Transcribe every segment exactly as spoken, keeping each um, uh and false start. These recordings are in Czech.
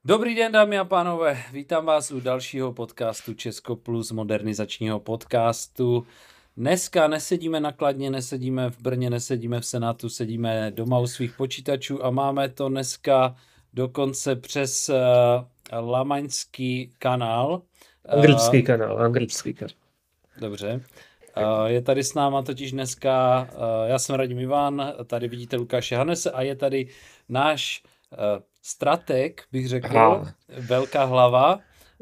Dobrý den, dámy a pánové, vítám vás u dalšího podcastu Česko Plus, modernizačního podcastu. Dneska nesedíme na Kladně, nesedíme v Brně, nesedíme v Senátu, sedíme doma u svých počítačů a máme to dneska dokonce přes uh, Lamaňský kanál. Anglický kanál, anglický kanál. Dobře. Uh, je tady s náma totiž dneska, uh, já jsem Radim Ivan, tady vidíte Lukáše Hanese a je tady náš uh, strateg, bych řekl, Aha. velká hlava.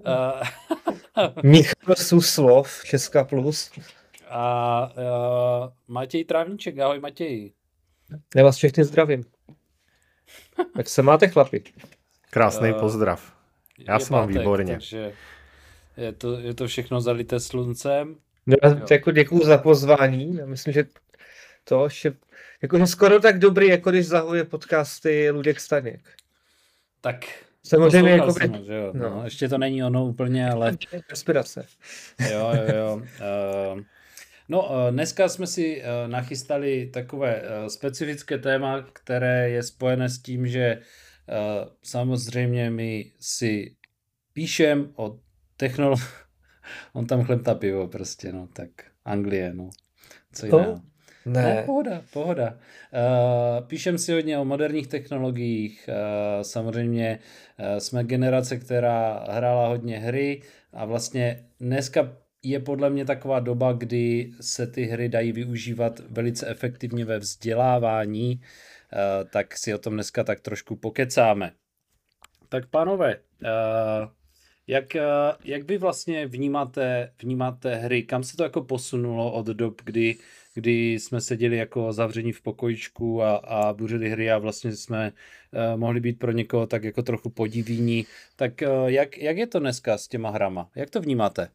Uh, Michal Suslov, Česka Plus. A uh, Matěj Trávníček, ahoj Matěj. Já vás všechny zdravím. Jak se máte, chlapi? Krásný uh, pozdrav. Já se mám výborně. Takže je to, je to všechno zalité sluncem. No, jako děkuju za pozvání. Já myslím, že to je jako no skoro tak dobrý, jako když zahuje podcasty Luděk Staněk. Tak samozřejmě jako jsem, by... že jo? No. No, ještě to není ono úplně, ale... Inspirace. Jo, jo, jo. Uh, no, dneska jsme si nachystali takové specifické téma, které je spojené s tím, že uh, samozřejmě my si píšem o technologii. On tam chleptá pivo prostě, no, tak Anglie, no. Co jiného? Ne. ne. Pohoda, pohoda. Uh, píšem si hodně o moderních technologiích, uh, samozřejmě uh, jsme generace, která hrála hodně hry a vlastně dneska je podle mě taková doba, kdy se ty hry dají využívat velice efektivně ve vzdělávání, uh, tak si o tom dneska tak trošku pokecáme. Tak pánové, uh, Jak, jak vy vlastně vnímáte, vnímáte hry? Kam se to jako posunulo od dob, kdy, kdy jsme seděli jako zavření v pokojičku a, a buřili hry a vlastně jsme uh, mohli být pro někoho tak jako trochu podivíní. Tak uh, jak, jak je to dneska s těma hrama? Jak to vnímáte?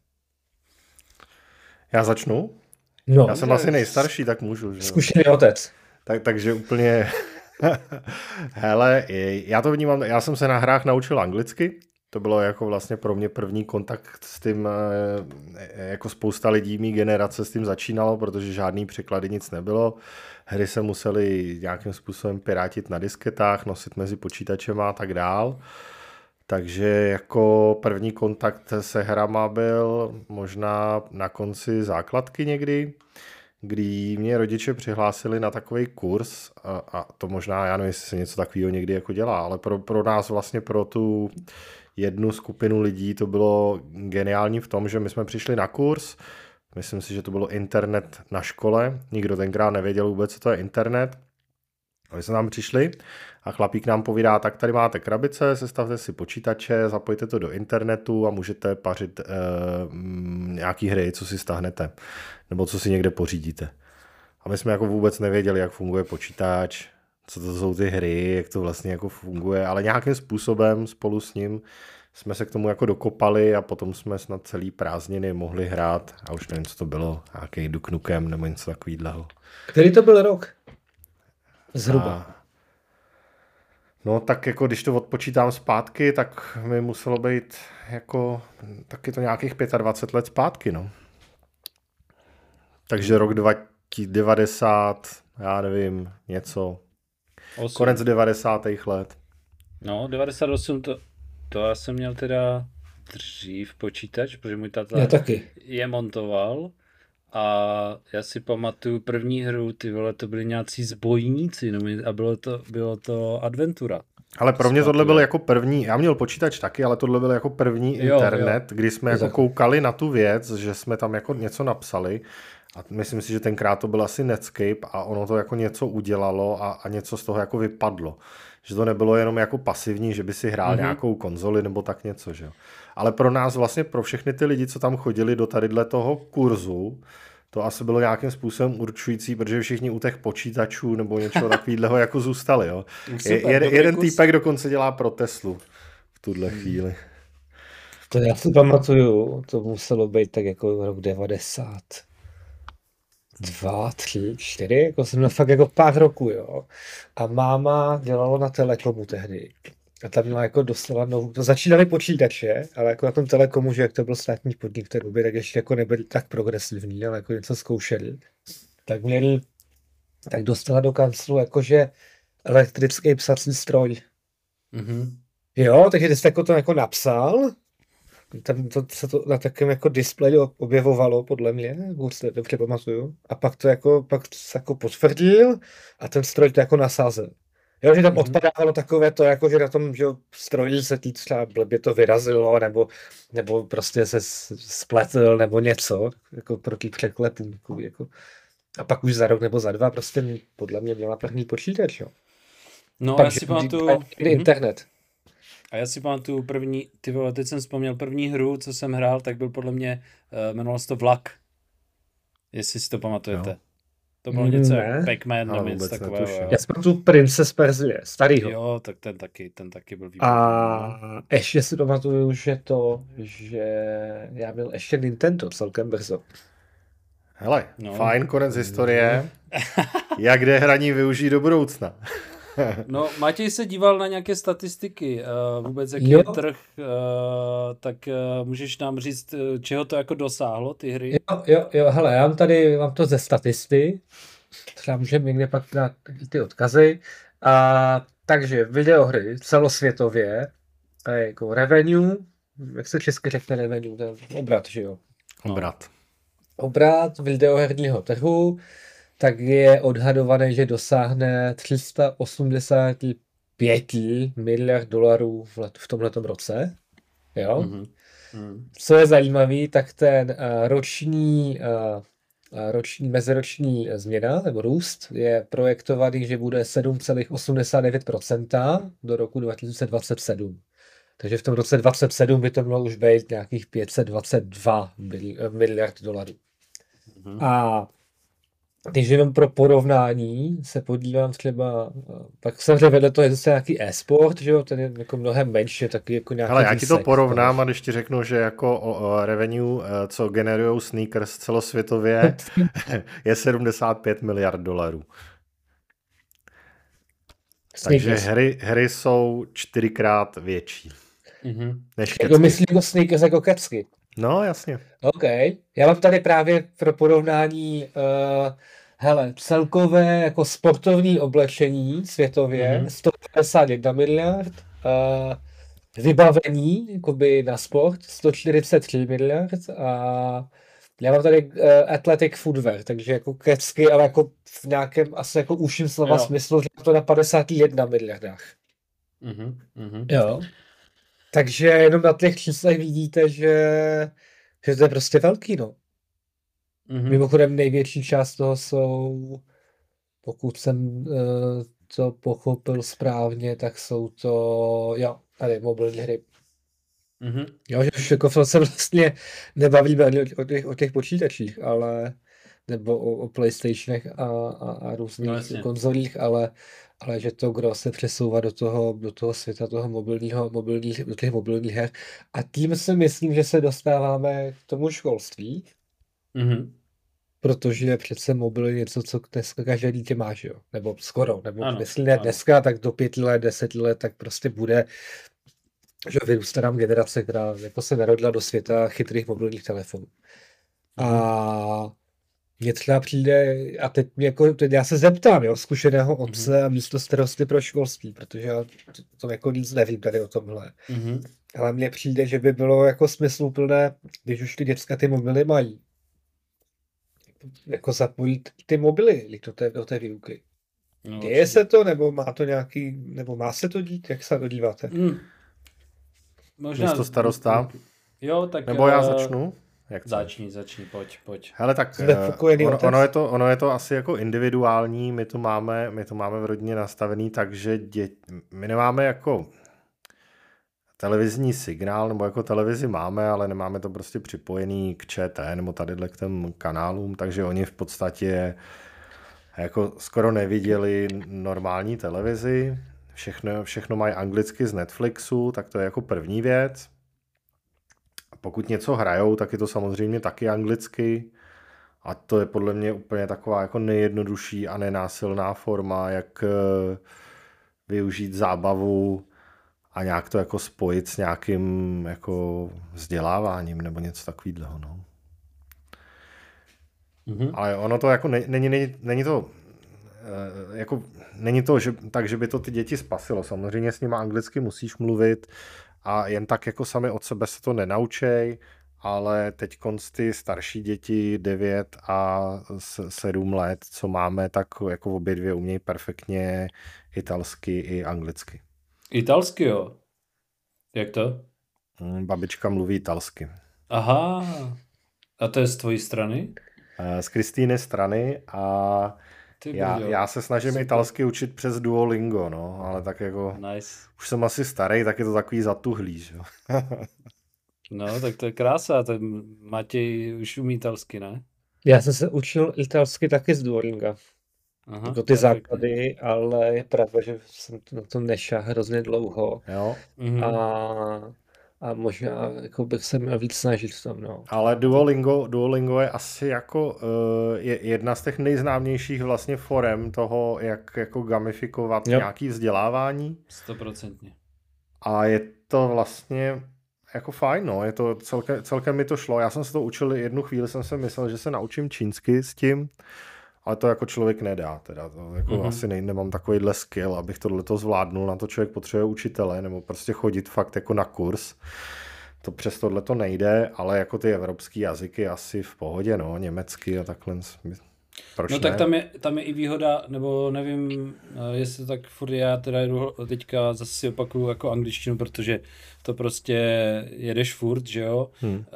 Já začnu? No, Já jsem že... asi nejstarší, tak můžu. Že? Zkušený otec. Tak, takže úplně... Hele, já to vnímám, já jsem se na hrách naučil anglicky. To bylo jako vlastně pro mě první kontakt s tím, jako spousta lidí mý generace s tím začínalo, protože žádný překlady, nic nebylo. Hry se musely nějakým způsobem pirátit na disketách, nosit mezi počítačema a tak dál. Takže jako první kontakt se hrama byl možná na konci základky někdy, kdy mě rodiče přihlásili na takový kurz a, a to možná, já nevím, jestli se něco takového někdy jako dělá, ale pro, pro nás vlastně pro tu jednu skupinu lidí to bylo geniální v tom, že my jsme přišli na kurz, myslím si, že to bylo internet na škole, nikdo tenkrát nevěděl vůbec, co to je internet. A my jsme tam přišli a chlapík nám povídá, tak tady máte krabice, sestavte si počítače, zapojte to do internetu a můžete pařit eh, nějaký hry, co si stáhnete, nebo co si někde pořídíte. A my jsme jako vůbec nevěděli, jak funguje počítač, co to jsou ty hry, jak to vlastně jako funguje, ale nějakým způsobem spolu s ním jsme se k tomu jako dokopali a potom jsme snad celý prázdniny mohli hrát a už nevím, co to bylo, nějaký Duke Nukem nebo něco takového. Který to byl rok? Zhruba. A... No tak jako když to odpočítám zpátky, tak mi muselo být jako taky to nějakých dvacet pět let zpátky, no. Takže rok dva tisíce devadesát, já nevím, něco. osm. Konec devadesátých let. No, devadesát osm to, to já jsem měl teda dřív počítač, protože můj tata já taky. je montoval. A já si pamatuju první hru, ty vole, to byly nějací zbojníci, no, a bylo to, bylo to Adventura. Ale pro mě tohle byl jako první, já měl počítač taky, ale tohle byl jako první jo, internet, jo. Kdy jsme jako koukali na tu věc, že jsme tam jako něco napsali a myslím si, že tenkrát to byl asi Netscape a ono to jako něco udělalo a, a něco z toho jako vypadlo. Že to nebylo jenom jako pasivní, že by si hrál mm-hmm. nějakou konzoli nebo tak něco, že jo. Ale pro nás vlastně, pro všechny ty lidi, co tam chodili do tadyhle toho kurzu, to asi bylo nějakým způsobem určující, protože všichni u těch počítačů nebo něčeho takového jako zůstali, jo. Super, je, jeden kus. Týpek dokonce dělá pro Teslu v tuhle chvíli. To já si pamatuju, to muselo být tak jako rok devadesát. Dva, tři, čtyři, jako jsem měl fakt jako pár roků, jo. A máma dělala na Telekomu tehdy. A tam měla jako dostala novou, to začínaly počítače, ale jako na tom Telekomu, že jak to byl státní podnik v té době, tak ještě jako nebyli tak progresivní, ale jako něco zkoušeli. Tak měli, tak dostala do kanclu jakože elektrický psací stroj. Mm-hmm. Jo, takže ty jsi jako to jako napsal, tam to, se to na takovém jako displeji objevovalo, podle mě, už se dobře pamatuju, a pak to jako, pak se jako potvrdil a ten stroj to jako nasázel. Jo, že tam Mhm. odpadávalo takové to, jako že na tom, že jo, stroji se tý třeba blbě to vyrazilo, nebo, nebo prostě se s- spletl, nebo něco, jako proti překlepům. Jako, jako. A pak už za rok nebo za dva prostě podle mě měla první počítač, jo. No a Pak, já že si pamatuju, někdy mhm. internet. A já si pamatuju první, ty vole, teď jsem vzpomněl první hru, co jsem hrál, tak byl podle mě, uh, jmenovalo se to Vlak. Jestli si to pamatujete. Jo. To bylo něco Ne. jak Pac-Man Ale nebo něco vůbec takového. netuším. Jo. Já jsem tu Princess Perzie, starýho. jo, tak ten taky, ten taky byl výborný. no. A ještě si pamatuju, že to, že já byl ještě Nintendo celkem brzo. Hele, No. fajn, konec historie. Jak jde hraní využít do budoucna? No, Matěj se díval na nějaké statistiky, uh, vůbec jaký Jo. je trh, uh, tak uh, můžeš nám říct, uh, čeho to jako dosáhlo, ty hry? Jo, jo, jo, hele, já mám tady, mám to ze statisty, třeba můžeme někde pak dát ty odkazy. A, takže videohry celosvětově, a jako revenue, jak se česky řekne revenue, to je obrat, že jo? No. Obrat. Obrat videoherního trhu, tak je odhadované, že dosáhne tři sta osmdesát pět miliard dolarů v, let, v tomhletom roce. Jo? Mhm. Mhm. Co je zajímavé, tak ten uh, roční, uh, roční, meziroční změna nebo růst je projektovaný, že bude sedm celá osmdesát devět procenta do roku dva tisíce dvacet sedm. Takže v tom roce dvacet sedm by to mělo už být nějakých pět set dvacet dva miliard dolarů. Mhm. A když jenom pro porovnání se podívám třeba, pak samozřejmě vedle toho je zase nějaký e-sport, že jo, ten je jako mnohem menší, taky jako nějaký Hele, já ti to výsek porovnám a když ti řeknu, že jako o, o revenue, eh, co generují sneakers celosvětově, je sedmdesát pět miliard dolarů. Takže Sneakers. hry, hry jsou čtyřikrát větší Mhm. než Jako kecky. myslím jako sneakers jako kecky. No, jasně. OK. Já mám tady právě pro porovnání uh, hele, celkové jako sportovní oblečení světově Mhm. sto padesát jedna miliard, uh, vybavení jakoby na sport sto čtyřicet tři miliard a já mám tady uh, athletic footwear, takže jako kecky, ale jako v nějakém asi jako užším slova Jo. smyslu, že to na padesát jedna miliardách. Mhm. Mhm. Jo. Takže jenom na těch číslech vidíte, že, že to je prostě velký, no. Mhm. Mimochodem největší část toho jsou, pokud jsem uh, to pochopil správně, tak jsou to, jo, tady mobilní hry. Mhm. Jo, že už jako se vlastně nebavíme ani o, o, těch, o těch počítačích, ale nebo o, o PlayStationech a, a, a různých No, jasně. konzolích, ale, ale že to gro se přesouvá do toho, do toho světa toho mobilního, mobilních, do těch mobilních her. A tím si myslím, že se dostáváme k tomu školství, Mhm. protože přece mobil je něco, co dneska každé dítě má, že jo? Nebo skoro, nebo Ano, jestli ne ano. dneska, tak do pěti let, deseti let, tak prostě bude, že vyrůstá nám generace, která jako se narodila do světa chytrých mobilních telefonů. A mně třeba přijde, a teď, mě jako, teď já se zeptám, jo, zkušeného otce a místo starosty pro školství, protože já to jako nic nevím tady o tomhle. Mhm. Ale mně přijde, že by bylo jako smysluplné, když už ty děcka ty mobily mají, jako zapojit ty mobily do té, do té výuky. No, Děje se to, nebo má to nějaký, nebo má se to dít, jak se na to díváte? Hmm. Možná... Místo starosta? Jo, tak... Nebo já eh, začnu? Jak chceš? Začni, začni, pojď, pojď. Hele, tak Jsme eh, spokojený ono, otec. ono, je to, ono je to asi jako individuální, my to máme, my to máme v rodině nastavený, takže dě, my nemáme jako televizní signál, nebo jako televizi máme, ale nemáme to prostě připojený k ČT nebo tadyhle k těm kanálům, takže oni v podstatě jako skoro neviděli normální televizi, všechno, všechno mají anglicky z Netflixu, tak to je jako první věc. Pokud něco hrajou, tak je to samozřejmě taky anglicky a to je podle mě úplně taková jako nejjednodušší a nenásilná forma, jak eh, využít zábavu a nějak to jako spojit s nějakým jako vzděláváním nebo něco takového. No. Mhm. Ale ono to jako ne, není, není, není to jako není to že, tak, že by to ty děti spasilo. Samozřejmě s nimi anglicky musíš mluvit a jen tak jako sami od sebe se to nenaučej, ale teď ty starší děti devět a sedm let, co máme, tak jako obě dvě umějí perfektně italsky i anglicky. Italsky, jo? Jak to? Babička mluví italsky. Aha. A to je z tvojí strany? Z Kristýny strany a já, já se snažím Super. italsky učit přes Duolingo, no, ale tak jako nice. Už jsem asi starý, tak je to takový zatuhlý, že jo. No, tak to je krása, ten Matěj už umí italsky, ne? Já jsem se učil italsky taky z Duolinga. Aha, jako ty základy, ale je pravda, že jsem na to nešel hrozně dlouho. Jo. A, a možná jako bych se měl víc snažit v tom, no. Ale Duolingo, Duolingo je asi jako uh, je jedna z těch nejznámějších vlastně forem toho, jak jako gamifikovat jo. nějaký vzdělávání. Stoprocentně. A je to vlastně jako fajn, no, je to celkem, celkem mi to šlo. Já jsem se to učil jednu chvíli, jsem si myslel, že se naučím čínsky s tím, ale to jako člověk nedá, teda to jako mm-hmm. asi ne, nemám takovýhle skill, abych tohleto zvládnul, na to člověk potřebuje učitele, nebo prostě chodit fakt jako na kurz. To přes tohle to nejde, ale jako ty evropský jazyky asi v pohodě, no, německy a takhle. Proč no ne? tak tam je, tam je i výhoda, nebo nevím, jestli to tak furt já teda jdu teďka zase si opakuju jako angličtinu, protože to prostě jedeš furt, že jo, hmm. uh,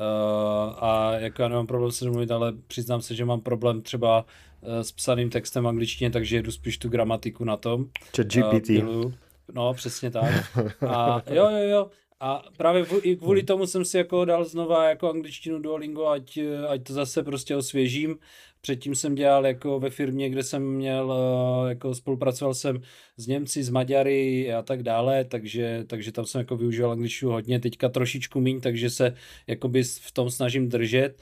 a jako já nemám problém se domluvit, ale přiznám se, že mám problém třeba uh, s psaným textem v angličtině, takže jedu spíš tu gramatiku na tom. ChatGPT. Uh, no, přesně tak. A jo, jo, jo. A právě i kvůli tomu jsem si jako dal znova jako angličtinu Duolingo, ať, ať to zase prostě osvěžím. Předtím jsem dělal jako ve firmě, kde jsem měl, jako spolupracoval jsem s Němci, s Maďary a tak dále, takže, takže tam jsem jako využíval angličtinu hodně, teďka trošičku míň, takže se jakoby v tom snažím držet.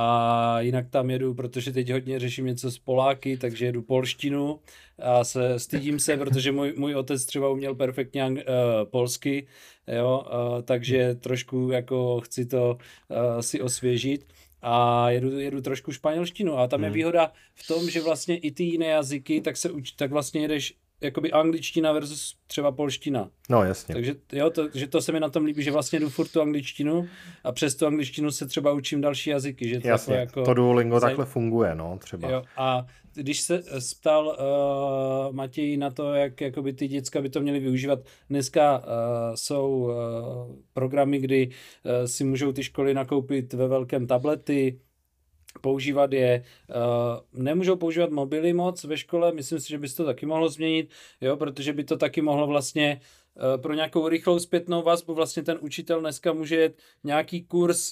A jinak tam jedu, protože teď hodně řeším něco s Poláky, takže jedu polštinu a se stydím se, protože můj, můj otec třeba uměl perfektně ang- uh, polsky, jo, uh, takže trošku jako chci to uh, si osvěžit a jedu, jedu trošku španělštinu a tam je výhoda v tom, že vlastně i ty jiné jazyky, tak se uč, tak vlastně jedeš jakoby angličtina versus třeba polština. No jasně. Takže jo, to, že to se mi na tom líbí, že vlastně jdu furt tu angličtinu a přes tu angličtinu se třeba učím další jazyky. Že to jasně, jako to Duolingo zaj... takhle funguje, no, třeba. Jo, a když se ptal uh, Matěj na to, jak jakoby ty děcka by to měly využívat, dneska uh, jsou uh, programy, kdy uh, si můžou ty školy nakoupit ve velkém tablety, používat je, uh, nemůžou používat mobily moc ve škole, myslím si, že by se to taky mohlo změnit, jo, protože by to taky mohlo vlastně uh, pro nějakou rychlou zpětnou vazbu, vlastně ten učitel dneska může jet nějaký kurz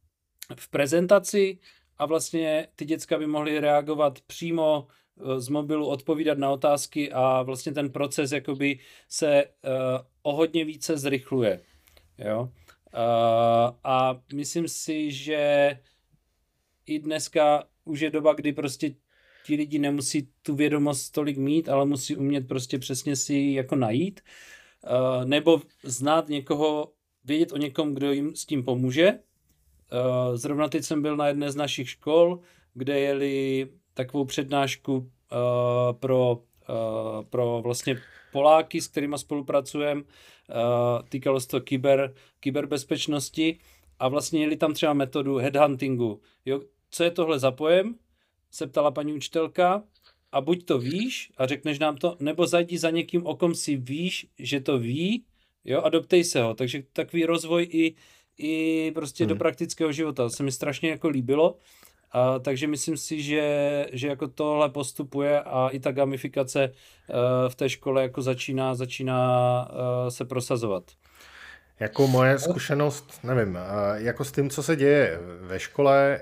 v prezentaci a vlastně ty děcka by mohly reagovat přímo uh, z mobilu, odpovídat na otázky a vlastně ten proces jakoby se uh, o hodně více zrychluje, jo. Uh, a myslím si, že i dneska už je doba, kdy prostě ti lidi nemusí tu vědomost tolik mít, ale musí umět prostě přesně si jako najít, uh, nebo znát někoho, vědět o někom, kdo jim s tím pomůže. Uh, zrovna teď jsem byl na jedné z našich škol, kde jeli takovou přednášku uh, pro, uh, pro vlastně Poláky, s kterými spolupracujeme. Uh, týkalo se to kyber, kyberbezpečnosti a vlastně jeli tam třeba metodu headhuntingu. Jo, co je tohle za pojem? Se ptala paní učitelka a buď to víš a řekneš nám to, nebo zajdi za někým, o kom si víš, že to ví, jo, a doptej se ho. Takže takový rozvoj i, i prostě hmm. do praktického života. To se mi strašně jako líbilo. A, takže myslím si, že, že jako tohle postupuje a i ta gamifikace uh, v té škole jako začíná, začíná uh, se prosazovat. Jako moje zkušenost, nevím, jako s tím, co se děje ve škole,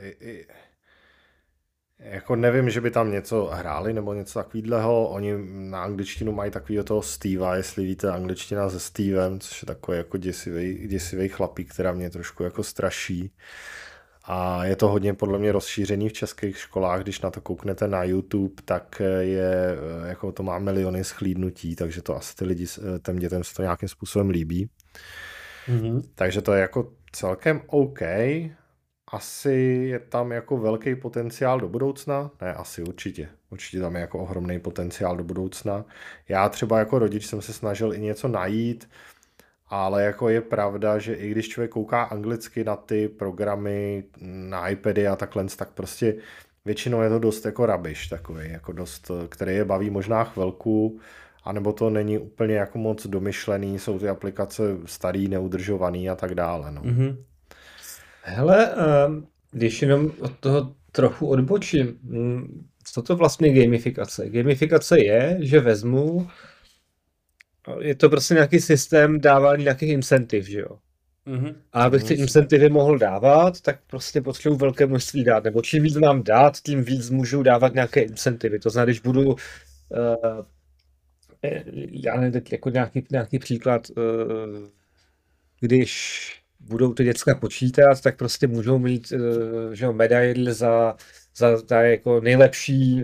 jako nevím, že by tam něco hráli nebo něco takového. Oni na angličtinu mají takového toho Steva, jestli víte, angličtina se Stevem, což je takový jako děsivý, děsivý chlapík, která mě trošku jako straší. A je to hodně podle mě rozšířený v českých školách, když na to kouknete na YouTube, tak je, jako to má miliony schlídnutí, takže to asi ty lidi, těm dětem se to nějakým způsobem líbí. Mm-hmm. Takže to je jako celkem OK. Asi je tam jako velký potenciál do budoucna? Ne, asi určitě. Určitě tam je jako ohromný potenciál do budoucna. Já třeba jako rodič jsem se snažil i něco najít, ale jako je pravda, že i když člověk kouká anglicky na ty programy, na iPady a takhle, tak prostě většinou je to dost jako rubbish takový, jako dost, který je baví možná chvilku, anebo to není úplně jako moc domyšlený, jsou ty aplikace starý, neudržovaný a tak dále. No. Mhm. Hele, um, když jenom od toho trochu odbočím, mm, co to vlastně gamifikace? Gamifikace je, že vezmu, je to prostě nějaký systém dávání nějakých incentiv, že jo? Mhm. A abych ty incentivy mohl dávat, tak prostě potřebuji velké množství dát, nebo čím víc mám dát, tím víc můžu dávat nějaké incentivy. To znamená, když budu, uh, já nevím, teď jako nějaký, nějaký příklad, uh, když budou ty děcka počítat, tak prostě můžou mít uh, že jo, medaili za, za, za jako nejlepší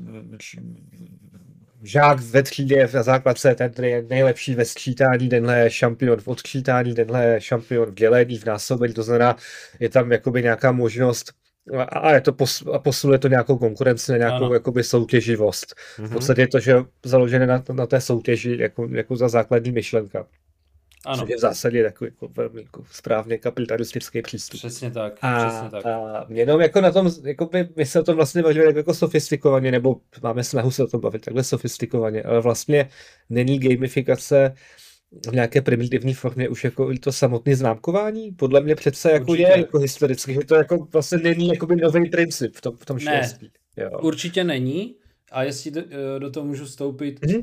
žák ve třídě na základce, ten, který je nejlepší ve sčítání, tenhle je šampion v odčítání, tenhle je šampion v dělení, v násobení, to znamená, je tam jakoby nějaká možnost a, a, je to pos, a posunuje to nějakou konkurenci na nějakou jakoby soutěživost. Mm-hmm. V podstatě je to, že založené na, na té soutěži jako, jako za základní myšlenka. Ano. Je v zásadě takový jako velmi jako správně kapitalistický přístup. Přesně tak, a, přesně tak. A jenom jako na tom, jako by, my se o tom vlastně bavíme jako sofistikovaně, nebo máme snahu se o tom bavit takhle sofistikovaně, ale vlastně není gamifikace v nějaké primitivní formě už jako i to samotné známkování. Podle mě přece jako Určitě. je jako historicky, že to jako vlastně není jakoby nový princip v tom, v tom Ne. školství. Jo. Určitě není. A jestli do, do toho můžu vstoupit, Mhm. uh,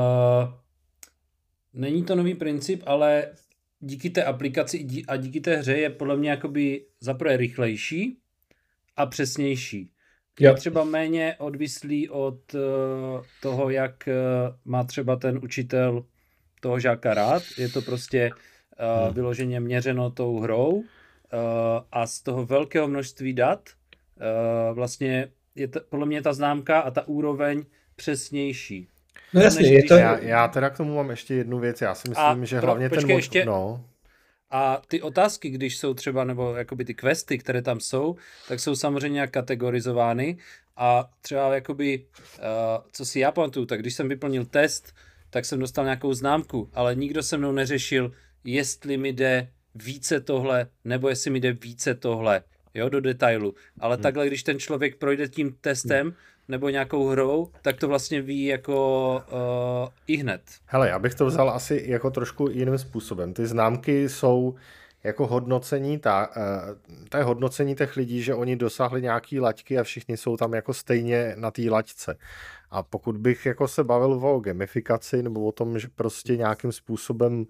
není to nový princip, ale díky té aplikaci dí- a díky té hře je podle mě jakoby zaprvé rychlejší a přesnější. Je Jo. třeba méně odvislý od uh, toho, jak uh, má třeba ten učitel toho žáka rád. Je to prostě uh, Hmm. vyloženě měřeno tou hrou uh, a z toho velkého množství dat uh, vlastně je to, podle mě ta známka a ta úroveň přesnější. No To jasně, než je když- to... Já, já teda k tomu mám ještě jednu věc, já si myslím, A že pro- hlavně počkej, ten mod... ještě- No, A ty otázky, když jsou třeba, nebo jakoby ty questy, které tam jsou, tak jsou samozřejmě nějak kategorizovány a třeba jakoby, uh, co si já pamatuju, tak když jsem vyplnil test, tak jsem dostal nějakou známku, ale nikdo se mnou neřešil, jestli mi jde více tohle, nebo jestli mi jde více tohle, jo, do detailu. Ale hmm. takhle, když ten člověk projde tím testem, nebo nějakou hrou, tak to vlastně ví jako uh, i hned. hele, já bych to vzal asi jako trošku jiným způsobem. Ty známky jsou jako hodnocení, ta, uh, to je hodnocení těch lidí, že oni dosáhli nějaký laťky a všichni jsou tam jako stejně na té laťce. A pokud bych jako se bavil o gamifikaci nebo o tom, že prostě nějakým způsobem,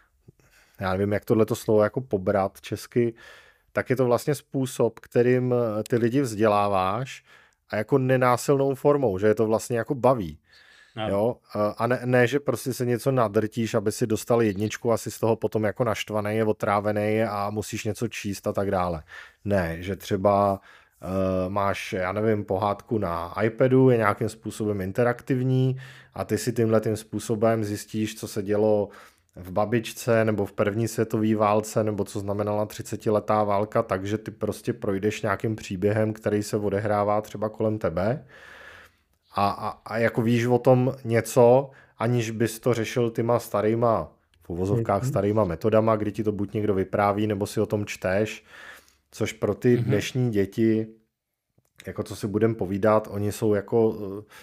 já nevím, jak tohleto slovo jako pobrat česky, tak je to vlastně způsob, kterým ty lidi vzděláváš a jako nenásilnou formou, že je to vlastně jako baví. No. Jo? A ne, ne, že prostě se něco nadrtíš, aby si dostal jedničku a si z toho potom jako naštvaný, je otrávený a musíš něco číst a tak dále. Ne, že třeba uh, máš, já nevím, pohádku na iPadu, je nějakým způsobem interaktivní a ty si tímhle tím způsobem zjistíš, co se dělo v babičce nebo v první světové válce nebo co znamenala třicetiletá válka, takže ty prostě projdeš nějakým příběhem, který se odehrává třeba kolem tebe a, a, a jako víš o tom něco, aniž bys to řešil tyma starýma, v uvozovkách starýma metodama, kdy ti to buď někdo vypráví, nebo si o tom čteš, což pro ty Mhm. dnešní děti, jako co si budem povídat, oni jsou jako...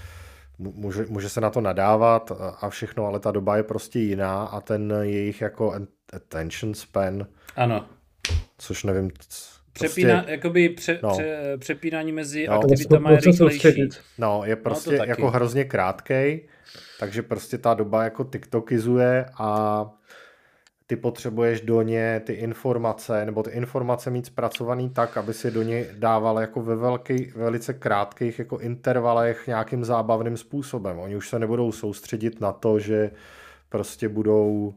Může, může se na to nadávat a všechno, ale ta doba je prostě jiná a ten jejich jako attention span, Ano. což nevím, Přepína, prostě, jakoby pře, no. pře, přepínání mezi Jo. aktivitama je rychlejší. no, je prostě taky. jako hrozně krátkej, takže prostě ta doba jako tiktokizuje a ty potřebuješ do ně ty informace, nebo ty informace mít zpracovaný tak, aby si do ně dával jako ve velký, velice krátkých jako intervalech nějakým zábavným způsobem. Oni už se nebudou soustředit na to, že prostě budou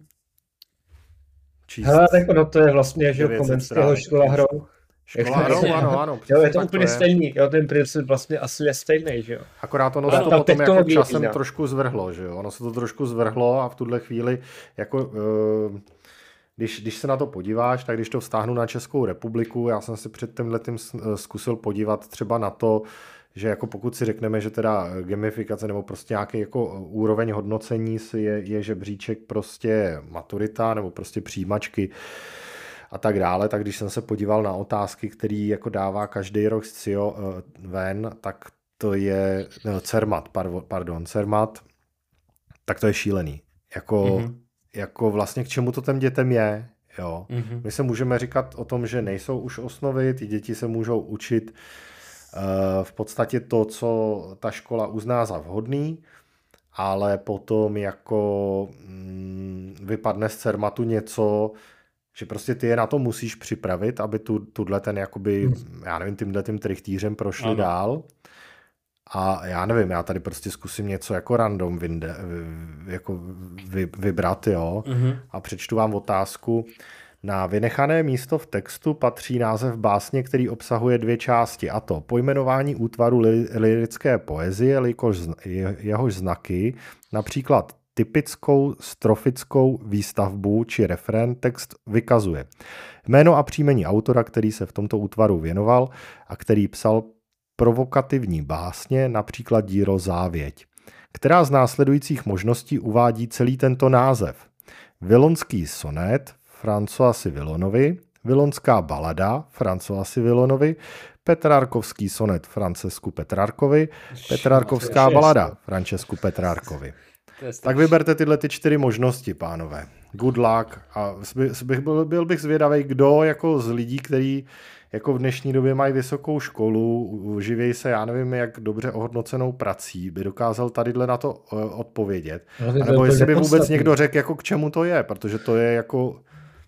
číst. Hele, tak ono to je vlastně, že devět set Komenského stránek. škola hrou. Škola hrou, ano, ano. Jo, přesně je to tak úplně je. stejný, jo, ten princip vlastně asi je stejný, že jo. Akorát ono Ale se to ta potom jako technologie časem jiná. trošku zvrhlo, že jo? Ono se to trošku zvrhlo a v tuhle chvíli jako... Uh, Když, když se na to podíváš, tak když to vztáhnu na Českou republiku, já jsem si před tímhletím zkusil podívat třeba na to, že jako pokud si řekneme, že teda gamifikace nebo prostě nějaký jako úroveň hodnocení je, je žebříček prostě maturita nebo prostě přijímačky a tak dále, tak když jsem se podíval na otázky, který jako dává každý rok z C I O ven, tak to je no, Cermat, pardon, Cermat, tak to je šílený. Jako, mm-hmm. jako vlastně k čemu to těm dětem je, jo. Mm-hmm. My se můžeme říkat o tom, že nejsou už osnovy, ty děti se můžou učit uh, v podstatě to, co ta škola uzná za vhodný, ale potom jako mm, vypadne z Cermatu něco, že prostě ty je na to musíš připravit, aby tu, tuhle ten jakoby, mm. já nevím, tímhle tím trichtýřem prošli ano. dál. A já nevím, já tady prostě zkusím něco jako random vynde, jako vy, vybrat, jo, mm-hmm. a přečtu vám otázku. Na vynechané místo v textu patří název básně, který obsahuje dvě části, a to pojmenování útvaru li, lyrické poezie, jelikož je, jehož znaky, například typickou strofickou výstavbu či refrén text vykazuje. Jméno a příjmení autora, který se v tomto útvaru věnoval a který psal provokativní básně, například dílo Závěť. Která z následujících možností uvádí celý tento název? Vilonský sonet Françoisi Villonovi, Vilonská balada Françoisi Villonovi, Petrarkovský sonet Francesku Petrarkovi, Petrarkovská balada Francesku Petrarkovi. Tak vyberte tyhle ty čtyři možnosti, pánové. Good luck. A bych byl, byl bych zvědavý, kdo jako z lidí, kteří jako v dnešní době mají vysokou školu, živějí se, já nevím, jak dobře ohodnocenou prací, by dokázal tadyhle na to odpovědět. No, a nebo jestli by vůbec někdo řekl, jako k čemu to je, protože to je jako...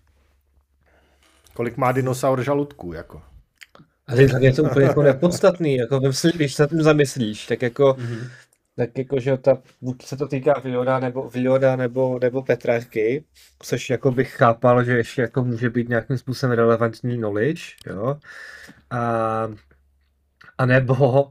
Kolik má dinosaur žaludků, jako. Ale je to úplně jako nepodstatný, jako když se tím zamyslíš, tak jako... Mm-hmm. Tak jako, že ta, buď se to týká Villona nebo, Villona nebo, nebo Petrarky, což jako bych chápal, že ještě jako může být nějakým způsobem relevantní knowledge, jo. A, a nebo, uh,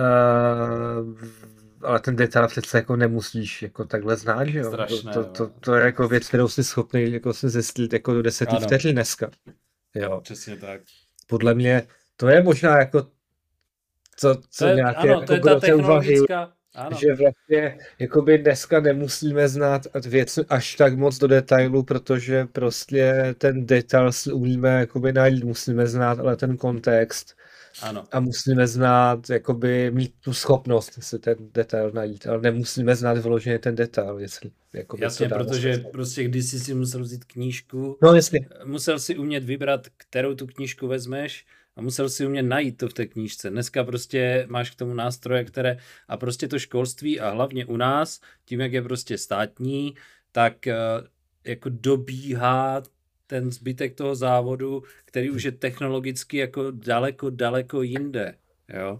ale ten detail přece jako nemusíš jako takhle znát, že jo. Strašné, to, to, to, to je jako věc, kterou jsi schopný jako si zjistit jako do deseti vteřin dneska. Jo. Přesně tak. Podle mě to je možná jako co, co to je, nějaké ano, jako to je ta technologická... Uvahy, ano. Že vlastně jakoby dneska nemusíme znát věc až tak moc do detailu, protože prostě ten detail si umíme jakoby najít, musíme znát ale ten kontext. Ano. A musíme znát, jakoby mít tu schopnost si ten detail najít, ale nemusíme znát vyloženě ten detail. Jestli, jakoby, jasně, protože smysl. Prostě když jsi si musel vzít knížku, no, jasně. musel si umět vybrat, kterou tu knížku vezmeš, a musel si umět najít to v té knížce. Dneska prostě máš k tomu nástroje, které a prostě to školství a hlavně u nás, tím jak je prostě státní, tak jako dobíhá ten zbytek toho závodu, který už je technologicky jako daleko, daleko jinde. Jo?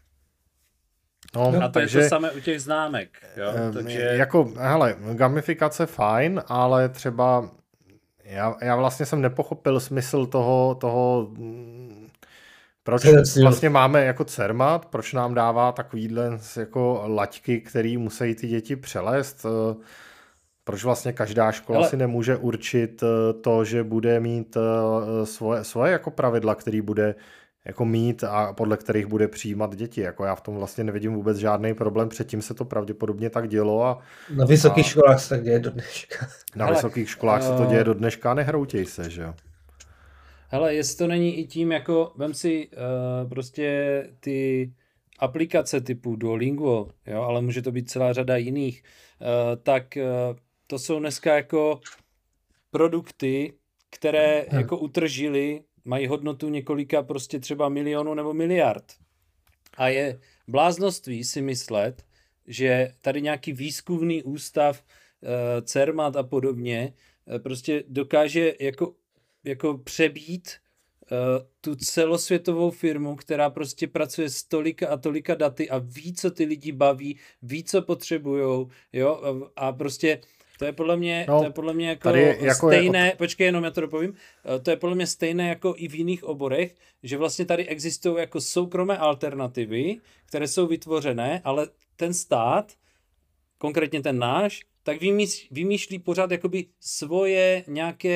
No, a to takže, je to samé u těch známek. Jo? Takže... Jako, hele, gamifikace fajn, ale třeba já, já vlastně jsem nepochopil smysl toho, toho proč vlastně máme jako Cermat, proč nám dává takovýhle jako laťky, který musí ty děti přelézt, proč vlastně každá škola Ale... si nemůže určit to, že bude mít svoje, svoje jako pravidla, který bude jako mít a podle kterých bude přijímat děti. Jako já v tom vlastně nevidím vůbec žádný problém, předtím se to pravděpodobně tak dělo. A, na vysokých a... školách se tak děje do dneška. Na Hele, vysokých školách uh... se to děje do dneška, nehroutěj se, že jo. Hele, jestli to není i tím, jako vem si uh, prostě ty aplikace typu Duolingo, jo, ale může to být celá řada jiných, uh, tak uh, to jsou dneska jako produkty, které hmm. jako utržily, mají hodnotu několika prostě třeba milionů nebo miliard. A je bláznoství si myslet, že tady nějaký výzkumný ústav, uh, Cermat a podobně, uh, prostě dokáže jako jako přebít uh, tu celosvětovou firmu, která prostě pracuje s tolika a tolika daty a ví, co ty lidi baví, ví, co potřebujou, jo, a, a prostě to je podle mě, no, to je podle mě jako, jako stejné, je... počkej, jenom já to dopovím, uh, to je podle mě stejné jako i v jiných oborech, že vlastně tady existují jako soukromé alternativy, které jsou vytvořené, ale ten stát, konkrétně ten náš, tak vymýšlí, vymýšlí pořád jakoby svoje nějaké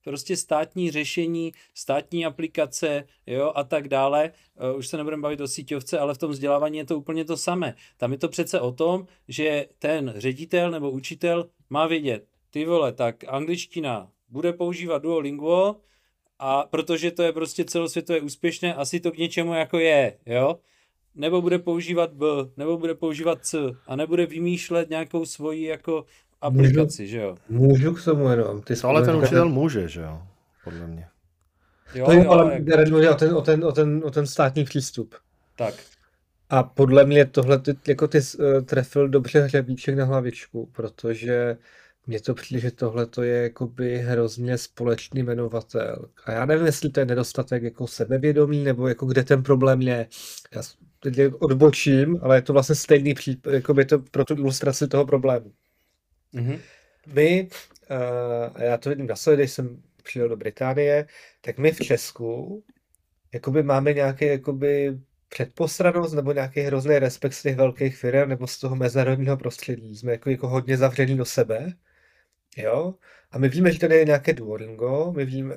prostě státní řešení, státní aplikace, jo, a tak dále. Uh, už se nebudeme bavit o síťovce, ale v tom vzdělávání je to úplně to samé. Tam je to přece o tom, že ten ředitel nebo učitel má vědět, ty vole, tak angličtina bude používat Duolingo, a protože to je prostě celosvětově úspěšné, asi to k něčemu jako je, jo? Nebo bude používat B, nebo bude používat C a nebude vymýšlet nějakou svoji jako aplikaci, můžu, že jo? Můžu k tomu jenom. Ty to ale ten učitel může, že jo? Podle mě. Jo, to je, jo, ale jak... mluví o ten, o, ten, o, ten, o ten státní přístup. Tak. A podle mě tohle, ty, jako ty uh, trefil dobře hřebíček na hlavičku, protože mně to přijde, že tohle to je jakoby hrozně společný jmenovatel. A já nevím, jestli to je nedostatek jako sebevědomí, nebo jako kde ten problém je. Já teď odbočím, ale je to vlastně stejný případ, jako by to pro tu ilustraci toho problému. Mm-hmm. My, uh, a já to vidím na sobě, když jsem přijel do Británie, tak my v Česku jakoby máme nějaký jakoby předposranost nebo nějaký hrozný respekt z těch velkých firm nebo z toho mezinárodního prostředí. Jsme jako, jako hodně zavření do sebe. Jo? A my víme, že tady je nějaké Duolingo, my víme,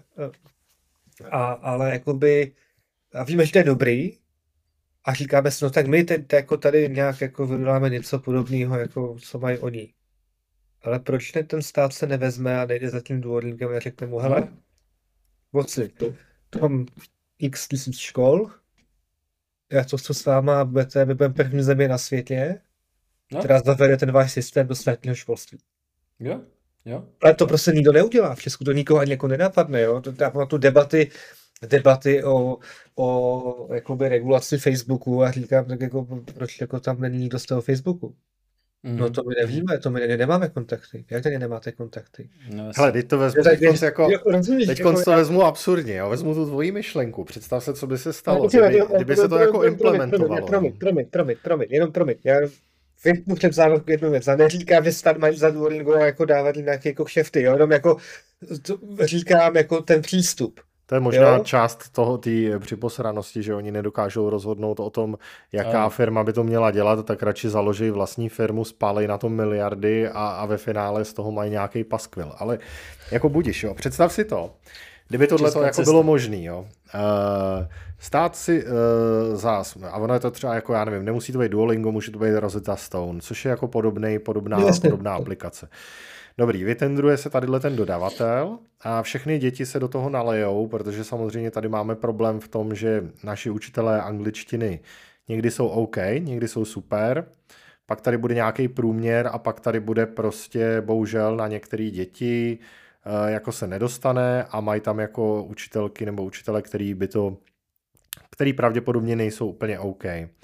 a, ale jakoby, a víme, že to je dobrý, a říkáme si, no tak my teď jako tady nějak jako vyvoláme něco podobného, jako co mají oni. Ale proč ne ten stát se nevezme a nejde za tím Duolingem a řekne mu, hele, moci, to mám x tisíc škol, já to, co s váma budete, my budeme první země na světě, no, která zavede ten váš systém do státního školství. Jo, jo. Ale to prostě nikdo neudělá. V Česku to nikoho ani jako nenapadne, jo. To, to, tu debaty, debaty o, o jakoby regulaci Facebooku a říkám, tak jako, proč jako tam není nikdo z toho Facebooku? Mm. No to my nevíme, to my nemáme kontakty. Jak tady nemáte kontakty? No, hele, teď to vezmu, teď konc jako, teď konc to vezmu absurdně, jo? Vezmu tu tvoji myšlenku, představ se, co by se stalo, kdyby, kdyby se to jako implementovalo. Promiň, promiň, promiň, promiň, jenom promiň, já mu před závodku jednu věc, já neříkám, že stát mají za Duolingo jako dávat nějaké jako kšefty, jo? Jenom jako říkám jako ten přístup. To je možná jo? část toho té připosranosti, že oni nedokážou rozhodnout o tom, jaká Aj. firma by to měla dělat, tak radši založí vlastní firmu, spálej na tom miliardy a, a ve finále z toho mají nějaký paskvil. Ale jako budiš, jo, představ si to, kdyby tohle to jako bylo možný, jo. Uh, stát si uh, zás, a ono je to třeba jako, já nevím, nemusí to být Duolingo, může to být Rosetta Stone, což je jako podobný, podobná, podobná aplikace. Dobrý, vytendruje se tadyhle ten dodavatel a všechny děti se do toho nalejou, protože samozřejmě tady máme problém v tom, že naši učitelé angličtiny někdy jsou OK, někdy jsou super, pak tady bude nějaký průměr a pak tady bude prostě bohužel na některé děti jako se nedostane a mají tam jako učitelky nebo učitele, který by to, který pravděpodobně nejsou úplně OK.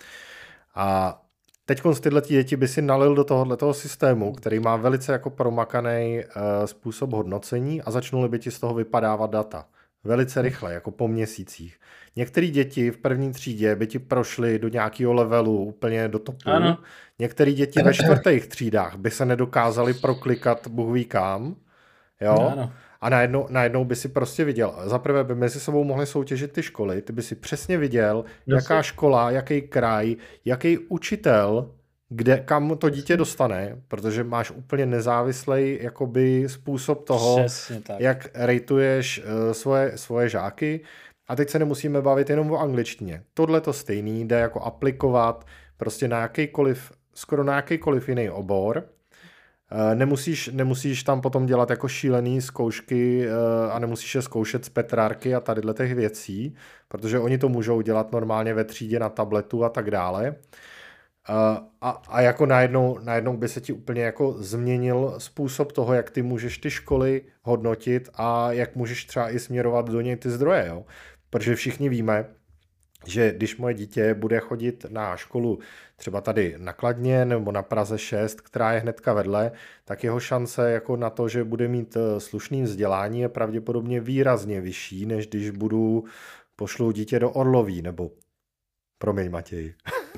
A teď tyhle děti by si nalil do tohoto systému, který má velice jako promakaný uh, způsob hodnocení a začnuly by ti z toho vypadávat data. Velice rychle, jako po měsících. Některé děti v první třídě by ti prošly do nějakého levelu úplně do topu. Ano. Některé děti ve čtvrtých třídách by se nedokázaly proklikat Bůh ví kam. Jo? Ano. A najednou, najednou by si prostě viděl, zaprvé by mezi sebou mohly soutěžit ty školy, ty by si přesně viděl, no, jaká škola, jaký kraj, jaký učitel, kde, kam to dítě dostane, protože máš úplně nezávislý jakoby způsob toho, jak rejtuješ uh, svoje, svoje žáky. A teď se nemusíme bavit jenom o angličtině. Tohle to stejný jde jako aplikovat prostě na jakýkoliv, skoro na jakýkoliv jiný obor. Nemusíš, nemusíš tam potom dělat jako šílený zkoušky a nemusíš je zkoušet z Petrárky a tadyhle těch věcí, protože oni to můžou dělat normálně ve třídě na tabletu a tak dále. A, a jako najednou, najednou by se ti úplně jako změnil způsob toho, jak ty můžeš ty školy hodnotit a jak můžeš třeba i směrovat do něj ty zdroje. Jo? Protože všichni víme, že když moje dítě bude chodit na školu třeba tady na Kladně nebo na Praze šest, která je hnedka vedle, tak jeho šance jako na to, že bude mít slušný vzdělání, je pravděpodobně výrazně vyšší, než když budu pošlu dítě do Orloví, nebo promiň Matěj.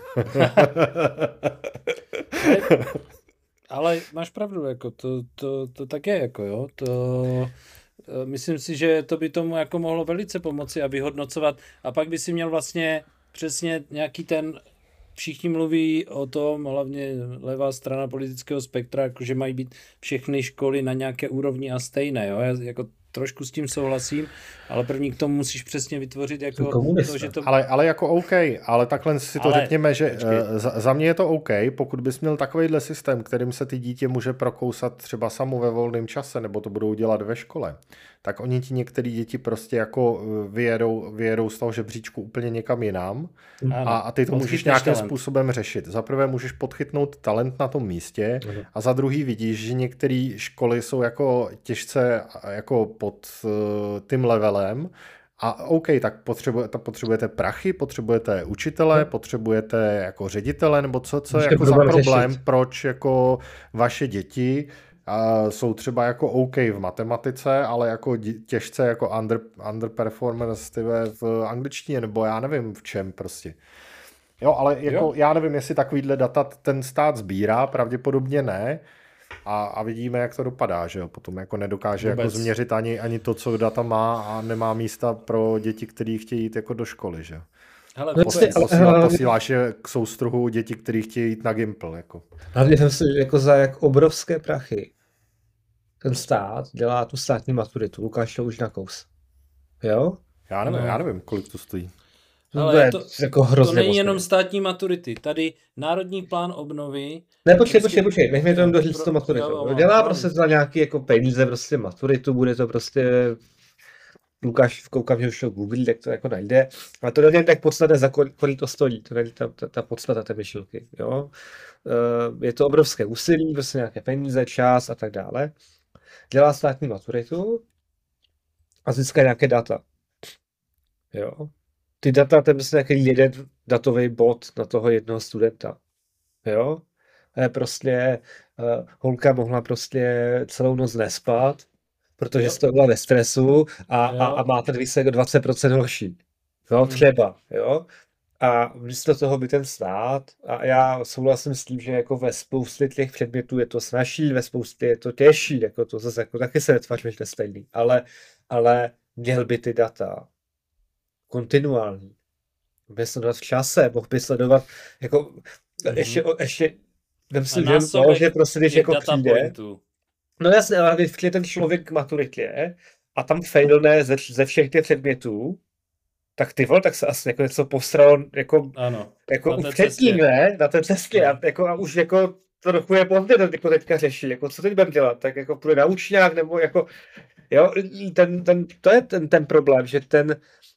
Ale máš pravdu, jako to, to, to tak je, jako jo, to... Myslím si, že to by tomu jako mohlo velice pomoci a vyhodnocovat. A pak by si měl vlastně přesně nějaký ten, všichni mluví o tom, hlavně levá strana politického spektra, jako že mají být všechny školy na nějaké úrovni a stejné. Jo? Já, jako trošku s tím souhlasím, ale první k tomu musíš přesně vytvořit jako to, že to... Ale, ale jako OK, ale takhle si to ale, řekněme, že počkej. za, za mě je to OK, pokud bys měl takovýhle systém, kterým se ty dítě může prokousat třeba samo ve volném čase, nebo to budou dělat ve škole, tak oni ti některé děti prostě jako vyjedou, vyjedou z toho žebříčku úplně někam jinam a, a ty to můžeš nějakým talent. způsobem řešit. Za prvé můžeš podchytnout talent na tom místě uh-huh. a za druhý vidíš, že některé školy jsou jako těžce jako pod uh, tím levelem a OK, tak potřebujete, potřebujete prachy, potřebujete učitele, uh-huh. potřebujete jako ředitele, nebo co, co je jako za problém, řešit. Proč jako vaše děti Uh, jsou třeba jako OK v matematice, ale jako těžce jako under, underperformers v angličtině, nebo já nevím v čem prostě. Jo, ale jako jo. já nevím, jestli takovýhle data ten stát sbírá, pravděpodobně ne. A, a vidíme, jak to dopadá, že jo. Potom jako nedokáže jako změřit ani, ani to, co data má a nemá místa pro děti, kteří chtějí jít jako do školy, že jo. Hele, Posílá, posílá, posíláš je k soustruhu děti, kteří chtějí jít na Gimple. Jako. Hlavně jsem si jako za jak obrovské prachy ten stát dělá tu státní maturitu. Lukáš to už nakous. Jo? Já nevím, no. já nevím, kolik to stojí. Ale to, jako to není jenom státní maturity. Tady Národní plán obnovy... Ne, počkej, počkej, počkej, nech mi to jen doříct to maturitu. Jo, jo, dělá jo, prostě za nějaký jako peníze prostě maturitu, bude to prostě... Lukáš koukám, že už to Google, tak to jako najde. A to není tak podstatné, za kolik to stojí. To není ta, ta, ta podstata té myšlenky. Jo? Je to obrovské úsilí, prostě nějaké peníze, čas a tak dále. Dělá státní maturitu a získá nějaké data. Jo? Ty data, to je prostě nějaký jeden datový bod na toho jednoho studenta. Jo? A je prostě, uh, holka mohla prostě celou noc nespat, protože jste byla ve stresu a, a, a má ten výsledek dvacet procent horší. Jo, třeba, jo. A místo toho by ten stát, a já souhlasím s tím, že jako ve spoustě těch předmětů je to snazší, ve spoustě je to těžší, jako to zase jako taky se netvařme, že to je stejný, ale, ale měl by ty data kontinuální. Mohl by sledovat v čase, mohl by sledovat, jako, mm-hmm. ještě, ještě, myslím, že, no, že prostě, když jako přijde, pointu. No jasně, ale když přijde ten člověk k maturitě a tam failne ze, ze všech těch předmětů, tak ty vole, tak se asi jako něco posralo, jako, ano, jako už předtím, ne, na té cestě, a, jako, a už jako to trochu je pozdě, to jako teďka řeší, jako co teď budeme dělat, tak jako půjde na učňák, nebo jako, jo, ten, ten, to je ten, ten problém, že ten,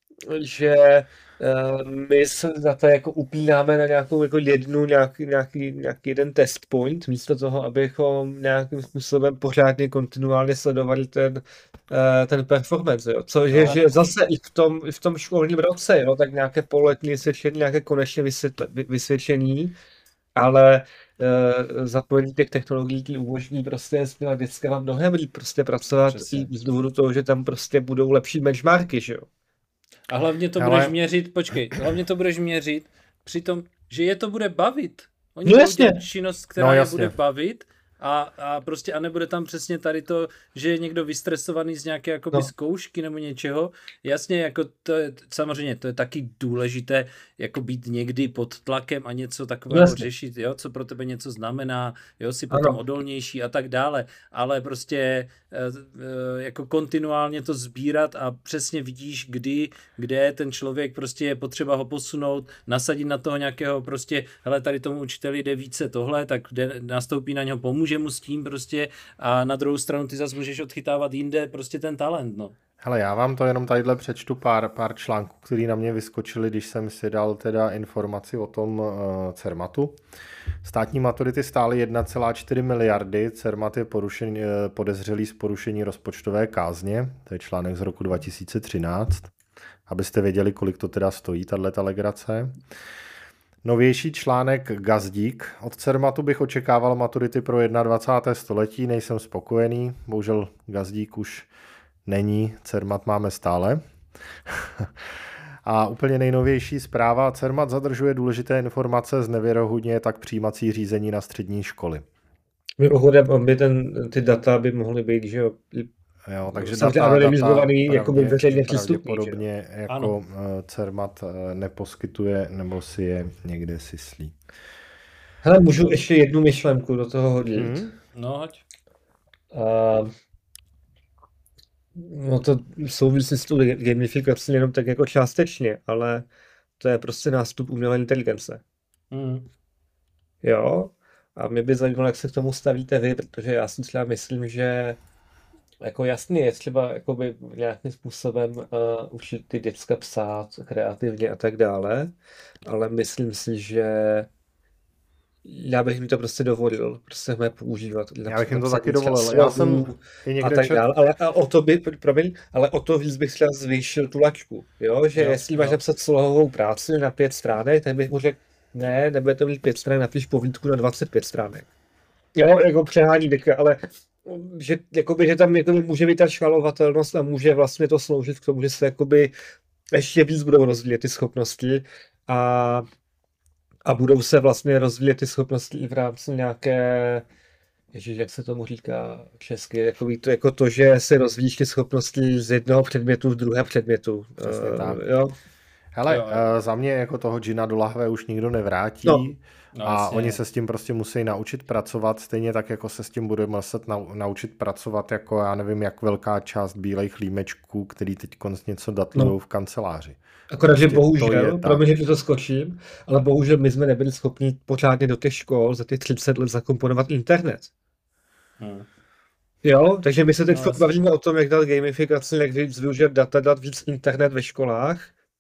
že uh, my se za to jako upínáme na nějakou jako jednu, nějaký, nějaký, nějaký jeden test point, místo toho, abychom nějakým způsobem pořádně kontinuálně sledovali ten, uh, ten performance, jo. Což je, že zase i v tom, i v tom školním roce, jo, tak nějaké pololetní vysvědčení, nějaké konečně vysvětle, vysvědčení, ale uh, zapojení těch technologií tím umožní prostě s těma dětskama mnohem líp prostě pracovat i z důvodu toho, že tam prostě budou lepší benchmarky, že jo. A hlavně to Ale... budeš měřit, počkej, hlavně to budeš měřit při tom, že je to bude bavit. Oni no budou dělat činnost, která no, je bude bavit a, a prostě a nebude tam přesně tady to, že je někdo vystresovaný z nějaké jakoby no. zkoušky nebo něčeho. Jasně, jako to je, samozřejmě to je taky důležité, jako být někdy pod tlakem a něco takového Jasně. řešit, jo, co pro tebe něco znamená, jo, si potom ano. odolnější a tak dále, ale prostě jako kontinuálně to sbírat a přesně vidíš, kdy, kde ten člověk prostě je potřeba ho posunout, nasadit na toho nějakého prostě, hele, tady tomu učiteli jde více tohle, tak jde, nastoupí na něho, pomůže mu s tím prostě a na druhou stranu ty zase můžeš odchytávat jinde prostě ten talent, no. Hele, já vám to jenom tadyhle přečtu pár, pár článků, který na mě vyskočily, když jsem si dal teda informaci o tom uh, Cermatu. Státní maturity stály jedna celá čtyři miliardy, Cermat je porušen, podezřelý z porušení rozpočtové kázně, to je článek z roku dva tisíce třináct, abyste věděli, kolik to teda stojí, tato legrace. Novější článek Gazdík. Od Cermatu bych očekával maturity pro dvacátého prvního století, nejsem spokojený, bohužel Gazdík už není, Cermat máme stále. A úplně nejnovější zpráva, Cermat zadržuje důležité informace, znevěrohodňuje tak přijímací řízení na střední školy. Mimochodem, aby ten, ty data by mohly být, že jo, jo takže data, anonymizovaný, jako by veřejně přístupný. Pravděpodobně jako ano. Cermat neposkytuje, nebo si je někde syslí. Hele, můžu ještě jednu myšlenku do toho hodit? Hmm. No, hoď. Uh, No to souvisí s tou gamifikací jenom tak jako částečně, ale to je prostě nástup umělé inteligence. Mm. Jo? A mě by zajímalo, jak se k tomu stavíte vy, protože já si třeba myslím, že jako jasně je třeba jakoby nějakým způsobem uh, učit ty děcka psát kreativně a tak dále, ale myslím si, že já bych mi to prostě dovolil, prostě jsme používat. Já bych jim to taky napsat dovolil. Já jsem i a někde tak čet... dále, ale a o to by, promiň, ale o to víc bych třeba zvýšil tu laťku, jo, že Jo, jestli máš jo. napsat slohovou práci na pět stránek, tak bych mu řekl, ne, nebude to mít pět stránek, napiš povídku na dvacet pět stránek. Jo, jako přehání teďka, ale že, jakoby, že tam jakoby, může být ta škálovatelnost a může vlastně to sloužit k tomu, že se jakoby ještě víc budou rozvíjet ty schopnosti a, a budou se vlastně rozvíjet ty schopnosti i v rámci nějaké, ježiš, jak se tomu říká česky, jakoby to, jako to, že se rozvíjíš ty schopnosti z jednoho předmětu v druhé předmětu. Přesně uh, tak. Jo. Hele, Jo, jo. uh, za mě jako toho džina do lahve už nikdo nevrátí. No. No, A jasně. oni se s tím prostě musí naučit pracovat, stejně tak, jako se s tím bude muset nau, naučit pracovat, jako já nevím, jak velká část bílejch límečků, který teď konec něco datlujou No. v kanceláři. Akorát, že Prostě to je bohužel, tak. promiň, že ti to skočím, ale bohužel my jsme nebyli schopni pořádně do těch škol za těch třicet let zakomponovat internet. Hmm. Jo, takže my se teď No, no, jasně. bavíme o tom, jak dát gamifikaci, jak víc využít data, dát víc internet ve školách.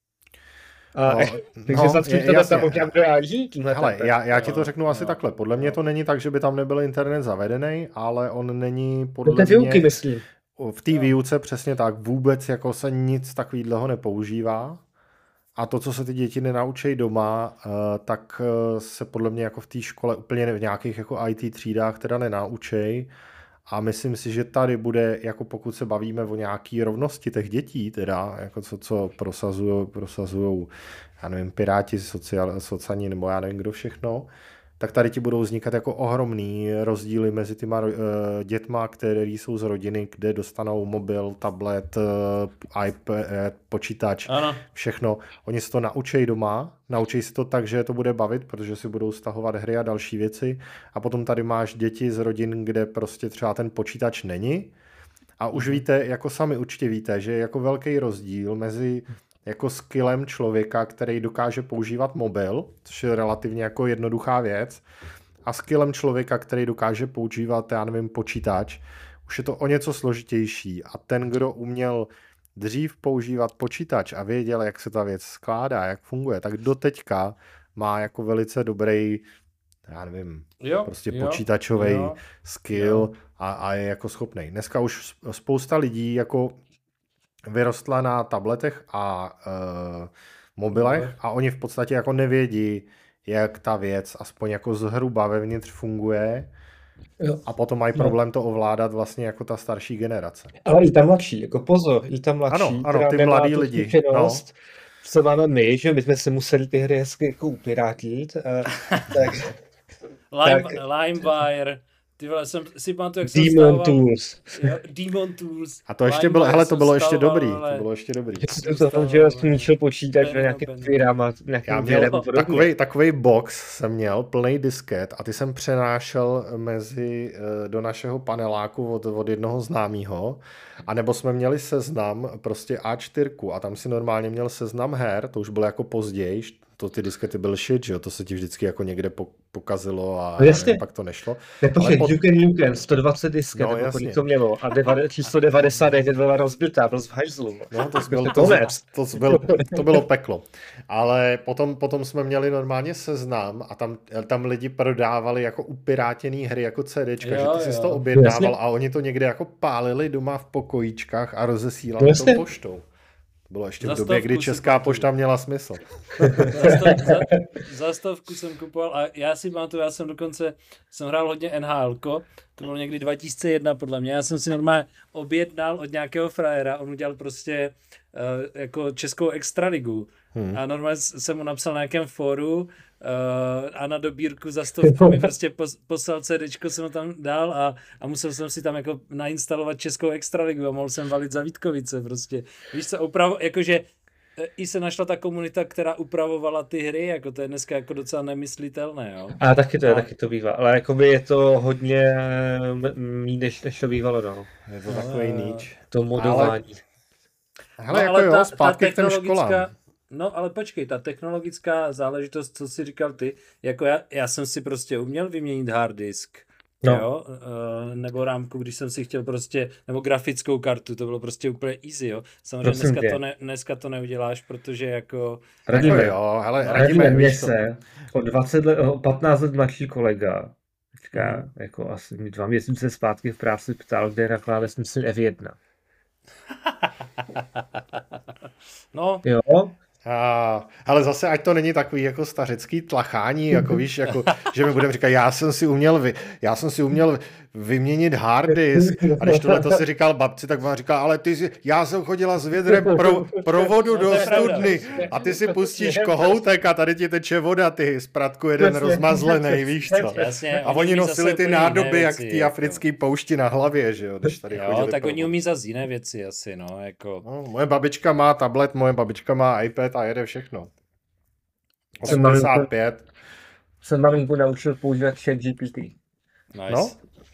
A, No, takže no, za je- tím to jasně. tam možná reagí. Hele, já, já ti to Jo, řeknu asi jo, takhle. Podle mě jo. to není tak, že by tam nebyl internet zavedený, ale on není Do podle té výuky, mě... myslím. V té výuce přesně tak vůbec jako se nic takového nepoužívá. A to, co se ty děti nenaučí doma, eh, tak eh, se podle mě jako v té škole úplně v nějakých jako í té třídách teda nenaučí. A myslím si, že tady bude, jako pokud se bavíme o nějaký rovnosti těch dětí, teda, jako co, co prosazujou, prosazujou, já nevím, Piráti, sociál, socani, nebo já nevím, kdo všechno, tak tady ti budou vznikat jako ohromný rozdíly mezi těma uh, dětma, které jsou z rodiny, kde dostanou mobil, tablet, uh, iPad, počítač, Ano. všechno. Oni se to naučí doma, naučí se to tak, že to bude bavit, protože si budou stahovat hry a další věci. A potom tady máš děti z rodin, kde prostě třeba ten počítač není. A už víte, jako sami určitě víte, že je jako velký rozdíl mezi jako skillem člověka, který dokáže používat mobil, což je relativně jako jednoduchá věc, a skillem člověka, který dokáže používat, já nevím, počítač. Už je to o něco složitější. A ten, kdo uměl dřív používat počítač a věděl, jak se ta věc skládá, jak funguje, tak doteďka má jako velice dobrý, já nevím, Jo, prostě jo, počítačový jo. skill jo. a, a je jako schopný. Dneska už spousta lidí jako vyrostla na tabletech a uh, mobilech a oni v podstatě jako nevědí, jak ta věc aspoň jako zhruba vevnitř funguje. Jo. A potom mají No. problém to ovládat vlastně jako ta starší generace. Ale i tam mladší, jako pozor, i tam mladší, Ano, ano, která ty nemá mladý tu lidi, zkušenost, co máme my, že my jsme si museli ty hry hezky jako upirátit, a, tak Lime, Tak- Limewire, ty vole, jsem si pamatuju, jak jsem Demon stával, Tools. jo, Demon Tools. A to ještě bylo, Limewire hele, to jsem bylo ještě stával, dobrý, vole, to bylo ještě dobrý. To tam, že smíčil počítač na nějakým Benno. firama, nějakým Já měl věrem a podobně. takovej, takovej box jsem měl, plný disket a ty jsem přenášel mezi, eh, do našeho paneláku od, od jednoho známého, anebo jsme měli seznam prostě á čtyři a tam si normálně měl seznam her, to už bylo jako později, to ty diskety byl shit, že jo, to se ti vždycky jako někde po, pokazilo a No jasně. nevím, pak to nešlo. Nepočkej, Ale pod- You Can, You Can, sto dvacet disket, No, nebo jasně. kolik to mělo, a deva, číslo devadesát devět byla rozbitá, byl z hajzlu. No, to, byl, To to, konec. to, to, bylo, to bylo peklo. Ale potom, potom jsme měli normálně seznam a tam, tam lidi prodávali jako upirátěný hry jako CDčka, Jo, že ty jsi jo. to objednával Jasně. a oni to někde jako pálili doma v pokojíčkách a rozesílali No to jasně. poštou. To bylo ještě Za v době, kdy stovku si Česká pamatuju. pošta měla smysl. Za, sto, za, za stovku jsem kupoval a já si pamatuju, já jsem dokonce, jsem hrál hodně N H L ko, to bylo někdy dva tisíce jedna podle mě, já jsem si normálně objednal od nějakého frajera, on udělal prostě uh, jako českou extraligu Hmm. a normálně jsem mu napsal na nějakém fóru uh, a na dobírku za stovku mi prostě pos, poslal CDčko, jsem ho tam dal a, a musel jsem si tam jako nainstalovat českou extraligu a mohl jsem valit za Vítkovice prostě. Víš co, opravdu, jakože i se našla ta komunita, která upravovala ty hry, jako to je dneska jako docela nemyslitelné, jo. A taky to je, A- taky to bývá, ale jakoby je to hodně méně, než, než to bývalo, no. Je to No, takový eh, níč. To modování. Hele, jako jo, zpátky k těm školám. No ale počkej, ta technologická záležitost, co jsi říkal ty, jako já, já jsem si prostě uměl vyměnit hard disk, No. jo, uh, nebo rámku, když jsem si chtěl prostě, nebo grafickou kartu, to bylo prostě úplně easy, jo. Samozřejmě Prosím dneska tě. to, ne, dneska to neuděláš, protože jako, Radíme, Radíme, jo, hele, radíme radíme, mě víš to. se, o dvacet let, o patnáct let mladší kolega, teďka, Mhm. jako asi mi dva měsíce zpátky v práci ptal, kde je na klávesnici myslím F jedna. no, Jo? A, ale zase, ať to není takový jako stařecký tlachání, jako víš, jako, že mi budeme říkat, já jsem si uměl, vy, já jsem si uměl vyměnit hard disk, a když tohle to si říkal babci, tak ona říká, ale ty si, já jsem chodila s vědrem pro, provodu No, to do je pravda. studny a ty si pustíš kohoutek a tady ti teče voda, ty z pratku jeden Přesně. rozmazlený, víš co. jasně. A oni umí nosili zase ty úplně jiné nádoby, jak v věci, té jako. africké poušti na hlavě, že jo, když tady Jo, chodili tak pro oni vodu. umí zase jiné věci asi, no, jako. No, moje babička má tablet, moje babička má iPad a jede všechno. Jsem malý- osmdesát pět. Jsem maminku naučil používat ChatGPT. Nice. No.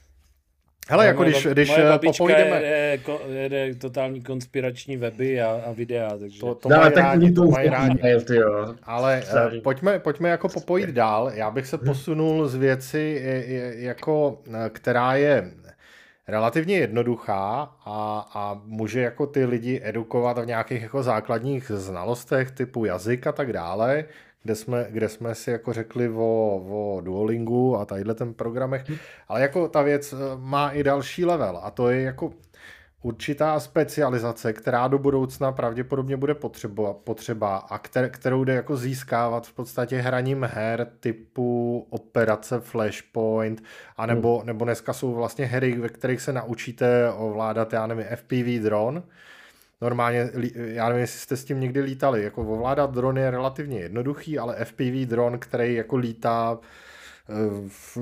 Hele, jako Moje když, bab- když moje eh, babička popojdeme, jede, ko- jede totální konspirační weby a, a videa, takže... to, to No, mají tak rádi, oni to to mají rádi. mají, ty jo. Ale Sorry. eh, pojďme, pojďme jako popojit dál. Já bych se posunul z věci, je- je- jako, eh, která je relativně jednoduchá a, a může jako ty lidi edukovat v nějakých jako základních znalostech typu jazyk a tak dále, kde jsme, kde jsme si jako řekli o, o Duolingu a tadyhle ten programech, ale jako ta věc eh, má i další level a to je jako určitá specializace, která do budoucna pravděpodobně bude potřeba, potřeba a kter, kterou jde jako získávat v podstatě hraním her typu Operace Flashpoint, anebo, hmm. nebo dneska jsou vlastně hry, ve kterých se naučíte ovládat, já nevím, F P V dron. Normálně, já nevím, jestli jste s tím někdy lítali, jako ovládat dron je relativně jednoduchý, ale F P V dron, který jako lítá v,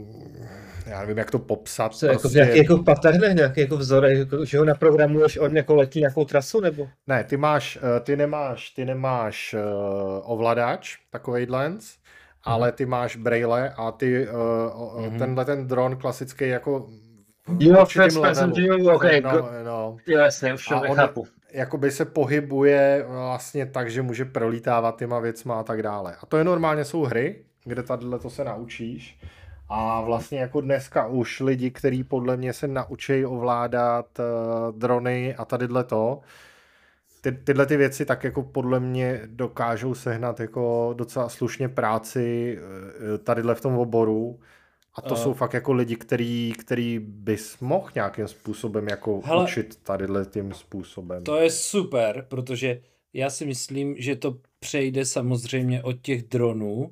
já nevím, jak to popsat. Co, jako v nějakých jako patternech, nějaký jako vzorech, jako, že ho naprogramuješ od jako letí nějakou trasu, nebo? Ne, ty máš, ty nemáš, ty nemáš uh, ovladač, takovej lens, ale ty máš braille a ty, uh, mm-hmm. tenhle ten dron klasický jako Jo, first person view, ok, no, no. Jo, jasně, už to nechápu. Jakoby se pohybuje vlastně tak, že může prolítávat těma věcma a tak dále. A to je normálně jsou hry, kde tadyhle to se naučíš. A vlastně jako dneska už lidi, kteří podle mě se naučí ovládat uh, drony a tadyhle to, ty, tyhle ty věci tak jako podle mě dokážou sehnat jako docela slušně práci uh, tadyhle v tom oboru. A to uh, jsou fakt jako lidi, který, který bys mohl nějakým způsobem jako hele, učit tadyhle tím způsobem. To je super, protože já si myslím, že to přejde samozřejmě od těch dronů uh,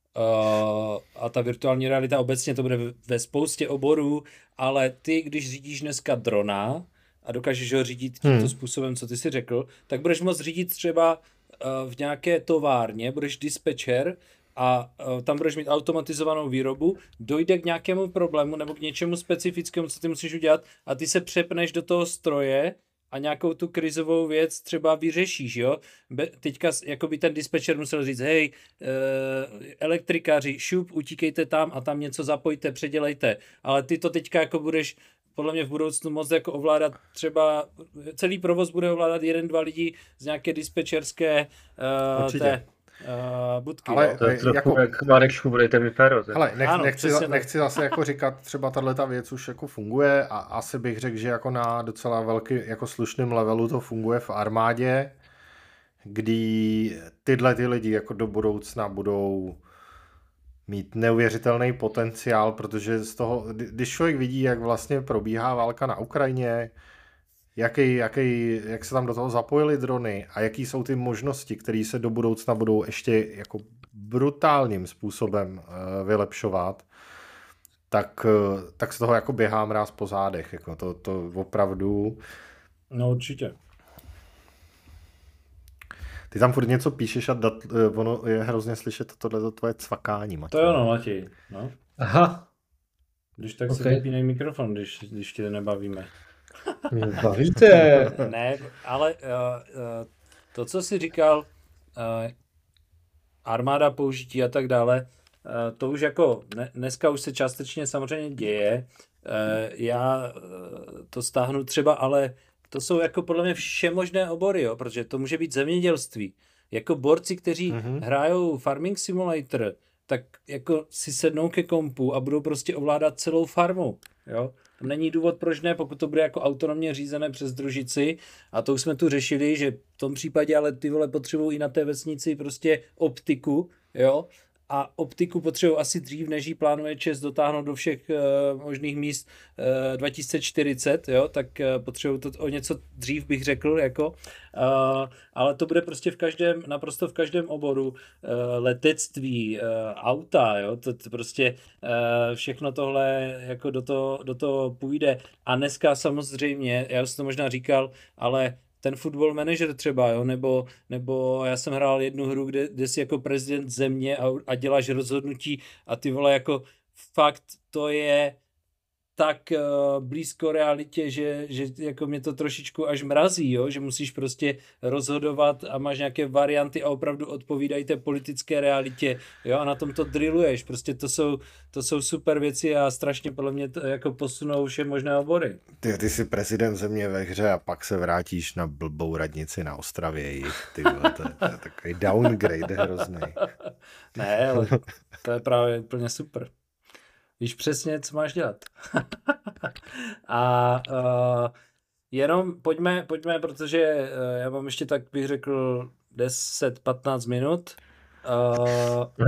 a ta virtuální realita obecně to bude ve spoustě oborů, ale ty, když řídíš dneska drona a dokážeš ho řídit tímto hmm. způsobem, co ty si řekl, tak budeš moct řídit třeba uh, v nějaké továrně, budeš dispečer, a uh, tam budeš mít automatizovanou výrobu, dojde k nějakému problému nebo k něčemu specifickému, co ty musíš udělat a ty se přepneš do toho stroje a nějakou tu krizovou věc třeba vyřešíš, jo. Be- teďka jakoby ten dispečer musel říct, hej, uh, elektrikáři, šup, utíkejte tam a tam něco zapojte, předělejte, ale ty to teďka jako budeš podle mě v budoucnu moc jako ovládat třeba, celý provoz bude ovládat jeden, dva lidi z nějaké dispečerské uh, té Uh, budky, ale to je trochu jako, jak Marečku, budete mi féro. Ale nech, ano, nechci, za, nechci zase jako říkat, třeba tato věc už jako funguje a asi bych řekl, že jako na docela velký, jako slušném levelu to funguje v armádě, kdy tyhle ty lidi jako do budoucna budou mít neuvěřitelný potenciál, protože z toho, když člověk vidí, jak vlastně probíhá válka na Ukrajině, Jaký, jaký, jak se tam do toho zapojily drony a jaký jsou ty možnosti, které se do budoucna budou ještě jako brutálním způsobem uh, vylepšovat, tak, uh, tak z toho jako běhá mráz po zádech. Jako to, to opravdu... No určitě. Ty tam furt něco píšeš a dat, uh, ono je hrozně slyšet tohle tvoje cvakání. To je ono, Matěj. No. Aha. Když tak okay. si vypínej mikrofon, když, když tě nebavíme. Bavíte. Ne, ale uh, uh, to, co jsi říkal, uh, armáda použití a tak dále, uh, to už jako ne, dneska už se částečně samozřejmě děje. Uh, já uh, to stáhnu třeba, ale to jsou jako podle mě všemožné obory, jo, protože to může být zemědělství. Jako borci, kteří mm-hmm. hrajou Farming Simulator, tak jako si sednou ke kompu a budou prostě ovládat celou farmu, jo. Tam není důvod, proč ne, pokud to bude jako autonomně řízené přes družici, a to už jsme tu řešili, že v tom případě ale ty vole potřebují i na té vesnici prostě optiku, jo, a optiku potřebují asi dřív, než ji plánuje ČEZ dotáhnout do všech uh, možných míst uh, dva tisíce čtyřicet, jo, tak uh, potřebují to o něco dřív, bych řekl, jako, uh, ale to bude prostě v každém, naprosto v každém oboru, uh, letectví, uh, auta, jo, to, to prostě uh, všechno tohle jako do toho, do toho půjde. A dneska samozřejmě, já jsem to možná říkal, ale ten Football Manager třeba, jo, nebo, nebo já jsem hrál jednu hru, kde, kde jsi jako prezident země a, a děláš rozhodnutí a ty vole jako fakt to je tak uh, blízko realitě, že, že jako mě to trošičku až mrazí, jo, že musíš prostě rozhodovat a máš nějaké varianty a opravdu odpovídají té politické realitě, jo, a na tom to drilluješ, prostě to jsou, to jsou super věci a strašně podle mě to jako posunou vše možné obory. Ty, ty jsi prezident země ve hře a pak se vrátíš na blbou radnici na Ostravě, ty vole, to, to je takový downgrade hrozný. Ne, ale to je právě úplně super. Víš přesně, co máš dělat. A uh, jenom pojďme, pojďme, protože uh, já mám ještě, tak bych řekl, deset patnáct minut. Uh,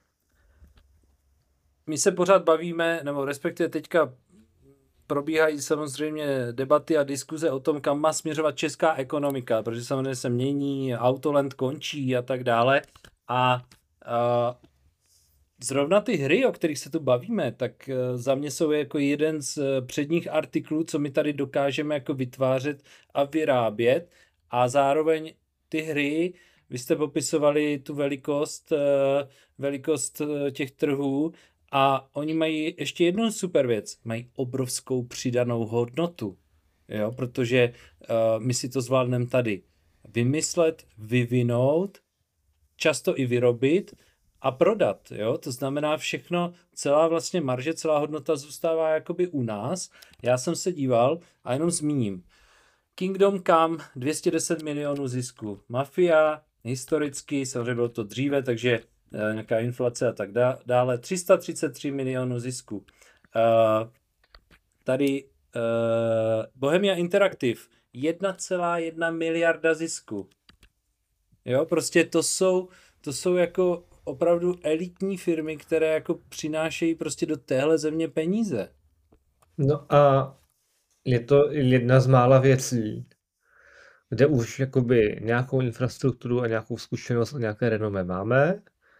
my se pořád bavíme, nebo respektive teďka probíhají samozřejmě debaty a diskuze o tom, kam má směřovat česká ekonomika, protože samozřejmě se mění, Autoland končí a tak dále. A uh, zrovna ty hry, o kterých se tu bavíme, tak za mě jsou jako jeden z předních artiklů, co my tady dokážeme jako vytvářet a vyrábět, a zároveň ty hry, vy jste popisovali tu velikost, velikost těch trhů, a oni mají ještě jednu super věc, mají obrovskou přidanou hodnotu, jo, protože uh, my si to zvládneme tady vymyslet, vyvinout, často i vyrobit a prodat, jo, to znamená všechno, celá vlastně marže, celá hodnota zůstává jakoby u nás. Já jsem se díval a jenom zmíním. Kingdom Come, dvě stě deset milionů zisku. Mafia, historicky, samozřejmě bylo to dříve, takže e, nějaká inflace a tak dále, tři sta třicet tři milionů zisku. E, tady e, Bohemia Interactive, jedna celá jedna miliarda zisku. Jo, prostě to jsou, to jsou jako opravdu elitní firmy, které jako přinášejí prostě do téhle země peníze. No a je to jedna z mála věcí, kde už jakoby nějakou infrastrukturu a nějakou zkušenost a nějaké renomé máme,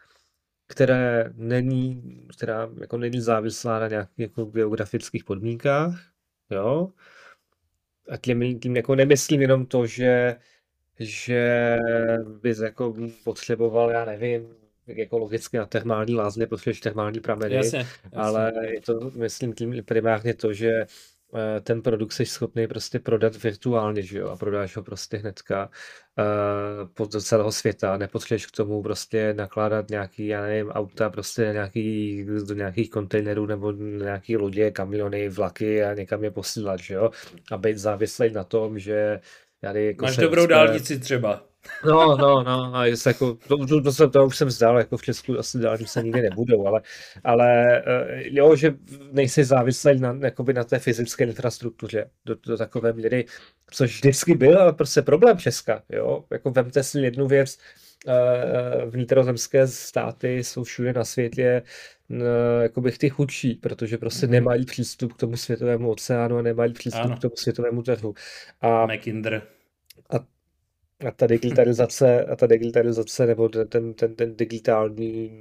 které není, která jako není závislá na nějakých jako geografických podmínkách, jo. A tím, tím jako nemyslím jenom to, že, že bys jako potřeboval, já nevím, jako logicky na termální lázně potřebuješ termální prameny, jasně, jasně. ale je to, myslím, tím primárně to, že ten produkt jsi schopný prostě prodat virtuálně, že jo, a prodáš ho prostě hnedka uh, do celého světa, nepotřebuješ k tomu prostě nakládat nějaký, já nevím, auta prostě nějaký, do nějakých kontejnerů nebo nějaký lodě, kamiony, vlaky a někam je posílat, že jo, a být závislý na tom, že tady jako máš dobrou jsme... dálnici třeba. No, no, no, a jest jako, to, to, to, to, to už jsem vzdal, jako v Česku asi dálnice nikdy nebudou, ale, ale jo, že nejsi závislý na, jakoby na té fyzické infrastruktuře do, do takové míry, což vždycky byl, ale prostě problém Česka, jo, jako vemte si jednu věc, vnitrozemské státy jsou všude na světě jakoby ty chudší, protože prostě nemají přístup k tomu světovému oceánu a nemají přístup ano. k tomu světovému trhu. A, McInder. A A ta digitalizace, a ta digitalizace nebo ten, ten, ten digitální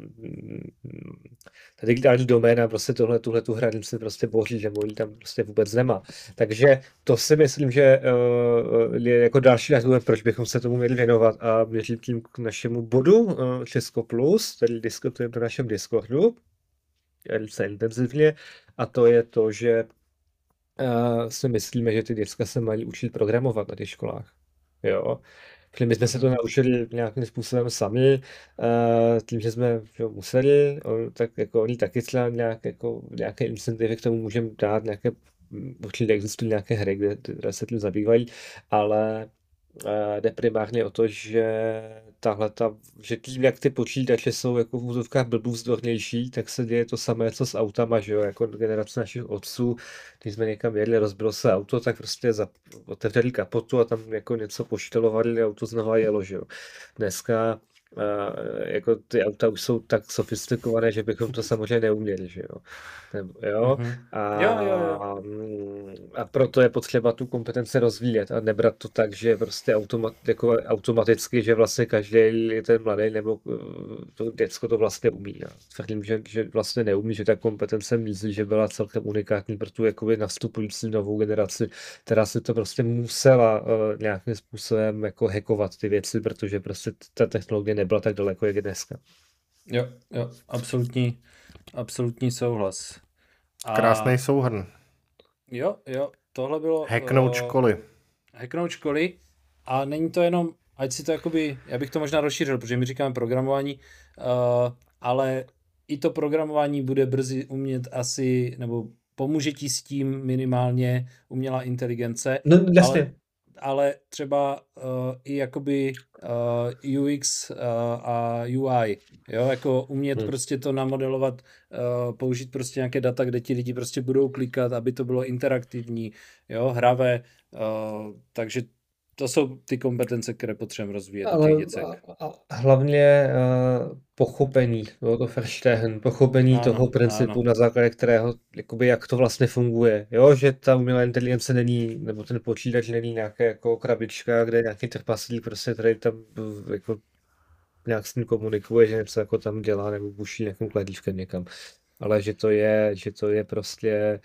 ta digitální doména prostě tohle, tuhle tu hranici prostě boří, že mojí tam prostě vůbec nemá. Takže to si myslím, že uh, je jako další argument, proč bychom se tomu měli věnovat, a měřím tím k našemu bodu uh, Česko Plus, který diskutujeme na našem Discordu velice intenzivně, a to je to, že uh, si myslíme, že ty děcka se mají učit programovat na těch školách. Jo, Protože my jsme se to naučili nějakým způsobem sami, uh, tím, že jsme že museli, on, tak jako oni taky třeba nějak, jako, nějaké incentivy k tomu můžeme dát, nějaké, určitě existují nějaké hry, kde, které se tím zabývají, ale uh, jde primárně o to, že tahle ta, že tím, jak ty počítače jsou jako v úzovkách blbůvzdornější, tak se děje to samé, co s autama, že jo, jako generace našich otců, když jsme někam jedli, rozbilo se auto, tak prostě za, otevřeli kapotu a tam jako něco poštelovali a auto znova jelo, že jo. Dneska a, jako ty auta už jsou tak sofistikované, že bychom to samozřejmě neuměli, že jo. Nebo, jo? Mhm. A, Jo, jo, jo. a, a proto je potřeba tu kompetenci rozvíjet a nebrat to tak, že prostě automat, jako automaticky, že vlastně každý ten mladý nebo uh, to děcko to vlastně umí. Já tvrdím, že, že vlastně neumí, že ta kompetence mizí, že byla celkem unikátní pro tu jakoby nastupující novou generaci, která si to prostě musela uh, nějakým způsobem jako hackovat ty věci, protože prostě ta technologie nebyla tak daleko, jak je dneska. Jo, jo, absolutní, absolutní souhlas. A Krásný souhrn. jo, jo, tohle bylo... Hacknout uh, školy. hacknout školy a není to jenom, ať si to jakoby, já bych to možná rozšířil, protože my říkáme programování, uh, ale i to programování bude brzy umět asi, nebo pomůže ti s tím minimálně umělá inteligence, No jasně. ale, ale třeba uh, i jakoby uh, U X uh, a U I, jo, jako umět Hmm. prostě to namodelovat, uh, použít prostě nějaké data, kde ti lidi prostě budou klikat, aby to bylo interaktivní, jo, hravé, uh, takže to jsou ty kompetence, které potřebujeme rozvíjet u těch Ale děcek. a, a hlavně uh, pochopení, jo, to Verstehen, pochopení Ano, toho principu, ano. na základě kterého, jakoby, jak to vlastně funguje. Jo, že ta umělá inteligence není, nebo ten počítač není nějaká jako krabička, kde nějaký trpaslík prostě tady tam uh, jako nějak s ním komunikuje, že něco jako tam dělá nebo buší nějakým kladívkem někam. Ale že to je, že to je prostě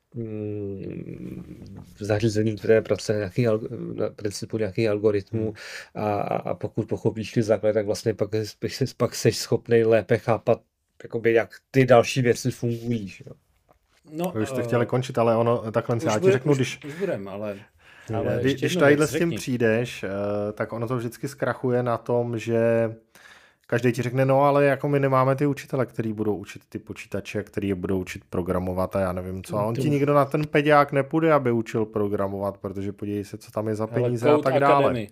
mm, zařízení, které pracuje na, nějaký, alg- na principu nějakých algoritmů Hmm. a, a a pokud pochopíš ty základy, tak vlastně pak, pak, pak jsi schopný lépe chápat, jakoby, jak ty další věci fungují. Že jo. No, Vy už jste uh, chtěli končit, ale ono takhle už, já ti bude, řeknu, už, když, už budem, ale, ale Kdy, ještě když jednu tadyhle věc s tím řekni. přijdeš, eh, tak ono to vždycky zkrachuje na tom, že každý ti řekne, no ale jako my nemáme ty učitele, který budou učit ty počítače, který je budou učit programovat a já nevím co. A on To- ti nikdo na ten peďák nepůjde, aby učil programovat, protože podívej se, co tam je za Ale peníze a Code tak dále. Academy.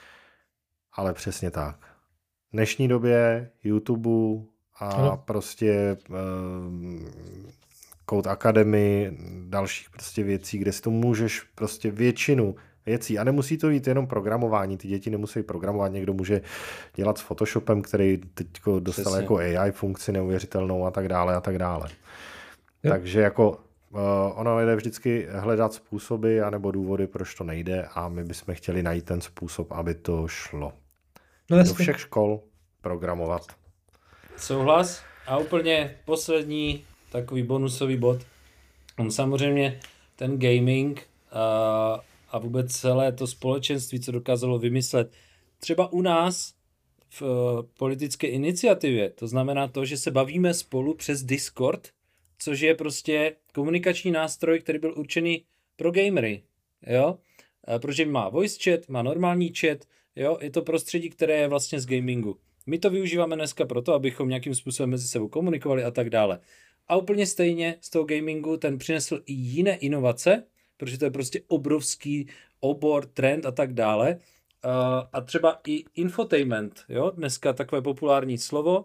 Ale přesně tak. V dnešní době YouTube a Ano. prostě um, Code Academy, dalších prostě věcí, kde si to můžeš prostě většinu věcí. A nemusí to být jenom programování, ty děti nemusí programovat, někdo může dělat s Photoshopem, který teď dostal Přesně. jako A I funkci neuvěřitelnou a tak dále a tak dále. Jo. Takže jako uh, ono jde vždycky hledat způsoby anebo důvody, proč to nejde a my bychom chtěli najít ten způsob, aby to šlo. No Do jasně. všech škol programovat. Souhlas. A úplně poslední takový bonusový bod. On samozřejmě ten gaming a, a vůbec celé to společenství, co dokázalo vymyslet třeba u nás v uh, politické iniciativě. To znamená to, že se bavíme spolu přes Discord, což je prostě komunikační nástroj, který byl určený pro gamery. Jo? A protože má voice chat, má normální chat, jo? Je to prostředí, které je vlastně z gamingu. My to využíváme dneska proto, abychom nějakým způsobem mezi sebou komunikovali a tak dále. A úplně stejně z toho gamingu ten přinesl i jiné inovace, protože to je prostě obrovský obor, trend a tak dále. Uh, a třeba i infotainment, jo, dneska takové populární slovo. Uh,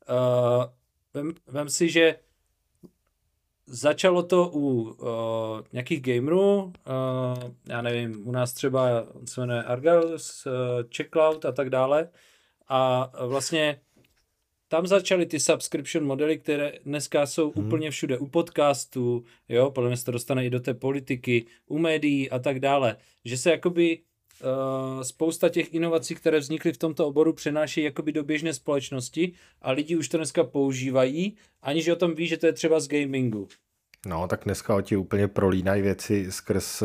vem, vem si, že začalo to u uh, nějakých gamerů, uh, já nevím, u nás třeba on se jmenuje Argos, uh, Checkloud a tak dále. A vlastně tam začaly ty subscription modely, které dneska jsou hmm. úplně všude u podcastů, jo, podle mě se to dostane i do té politiky, u médií a tak dále, že se jakoby uh, spousta těch inovací, které vznikly v tomto oboru, přenáší jakoby do běžné společnosti a lidi už to dneska používají, aniž o tom ví, že to je třeba z gamingu. No, tak dneska ti úplně prolínají věci skrz...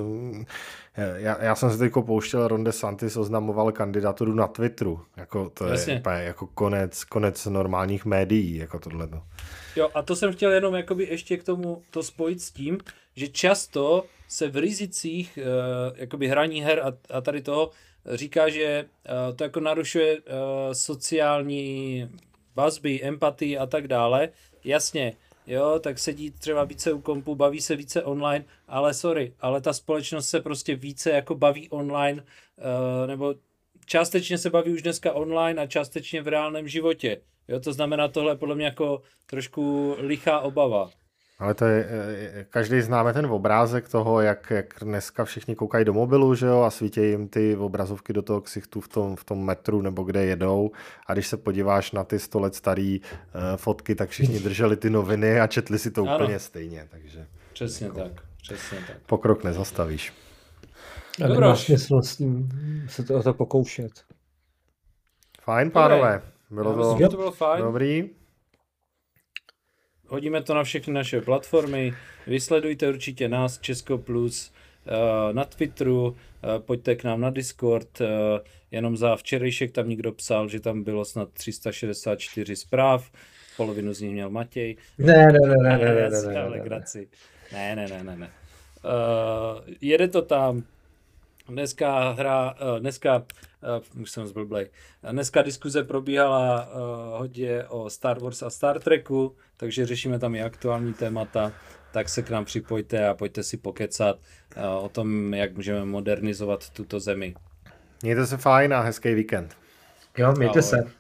Já, já jsem se teď pouštěl, Ron DeSantis oznamoval kandidaturu na Twitteru. Jako to Jasně. je úplně jako konec, konec normálních médií, jako tohleto. Jo, a to jsem chtěl jenom jakoby ještě k tomu to spojit s tím, že často se v rizicích uh, jakoby hraní her a, a tady toho říká, že uh, to jako narušuje uh, sociální vazby, empatii a tak dále. Jasně, jo, tak sedí třeba více u kompu, baví se více online, ale sorry, ale ta společnost se prostě více jako baví online, uh, nebo částečně se baví už dneska online a částečně v reálném životě. Jo, to znamená, tohle je podle mě jako trošku lichá obava. Ale to je, každý známe ten obrázek toho, jak, jak dneska všichni koukají do mobilu, že jo, a svítí jim ty obrazovky do toho ksichtu v tom, v tom metru nebo kde jedou. A když se podíváš na ty sto let starý uh, fotky, tak všichni drželi ty noviny a četli si to ano. úplně stejně. Takže Přesně jako, tak, přesně tak. Pokrok nezastavíš. A nemá smysl s tím se to, o to pokoušet. Fajn, pánové. Bylo to, myslím, to bylo fajn. Dobrý. Hodíme to na všechny naše platformy, vysledujte určitě nás, Česko Plus, na Twitteru, pojďte k nám na Discord, jenom za včerejšek tam někdo psal, že tam bylo snad tři sta šedesát čtyři zpráv, polovinu z nich měl Matěj. Ne, ne, ne, ne, ne, ne, ne, ne, ne, ne, ne, ne, ne, ne. Uh, jede to tam, dneska hra, uh, dneska, uh, už jsem zblblej, dneska diskuze probíhala uh, hodně o Star Wars a Star Treku, takže řešíme tam i aktuální témata, tak se k nám připojte a pojďte si pokecat uh, o tom, jak můžeme modernizovat tuto zemi. Mějte se fajn a hezký víkend. Jo, mějte Ahoj. se.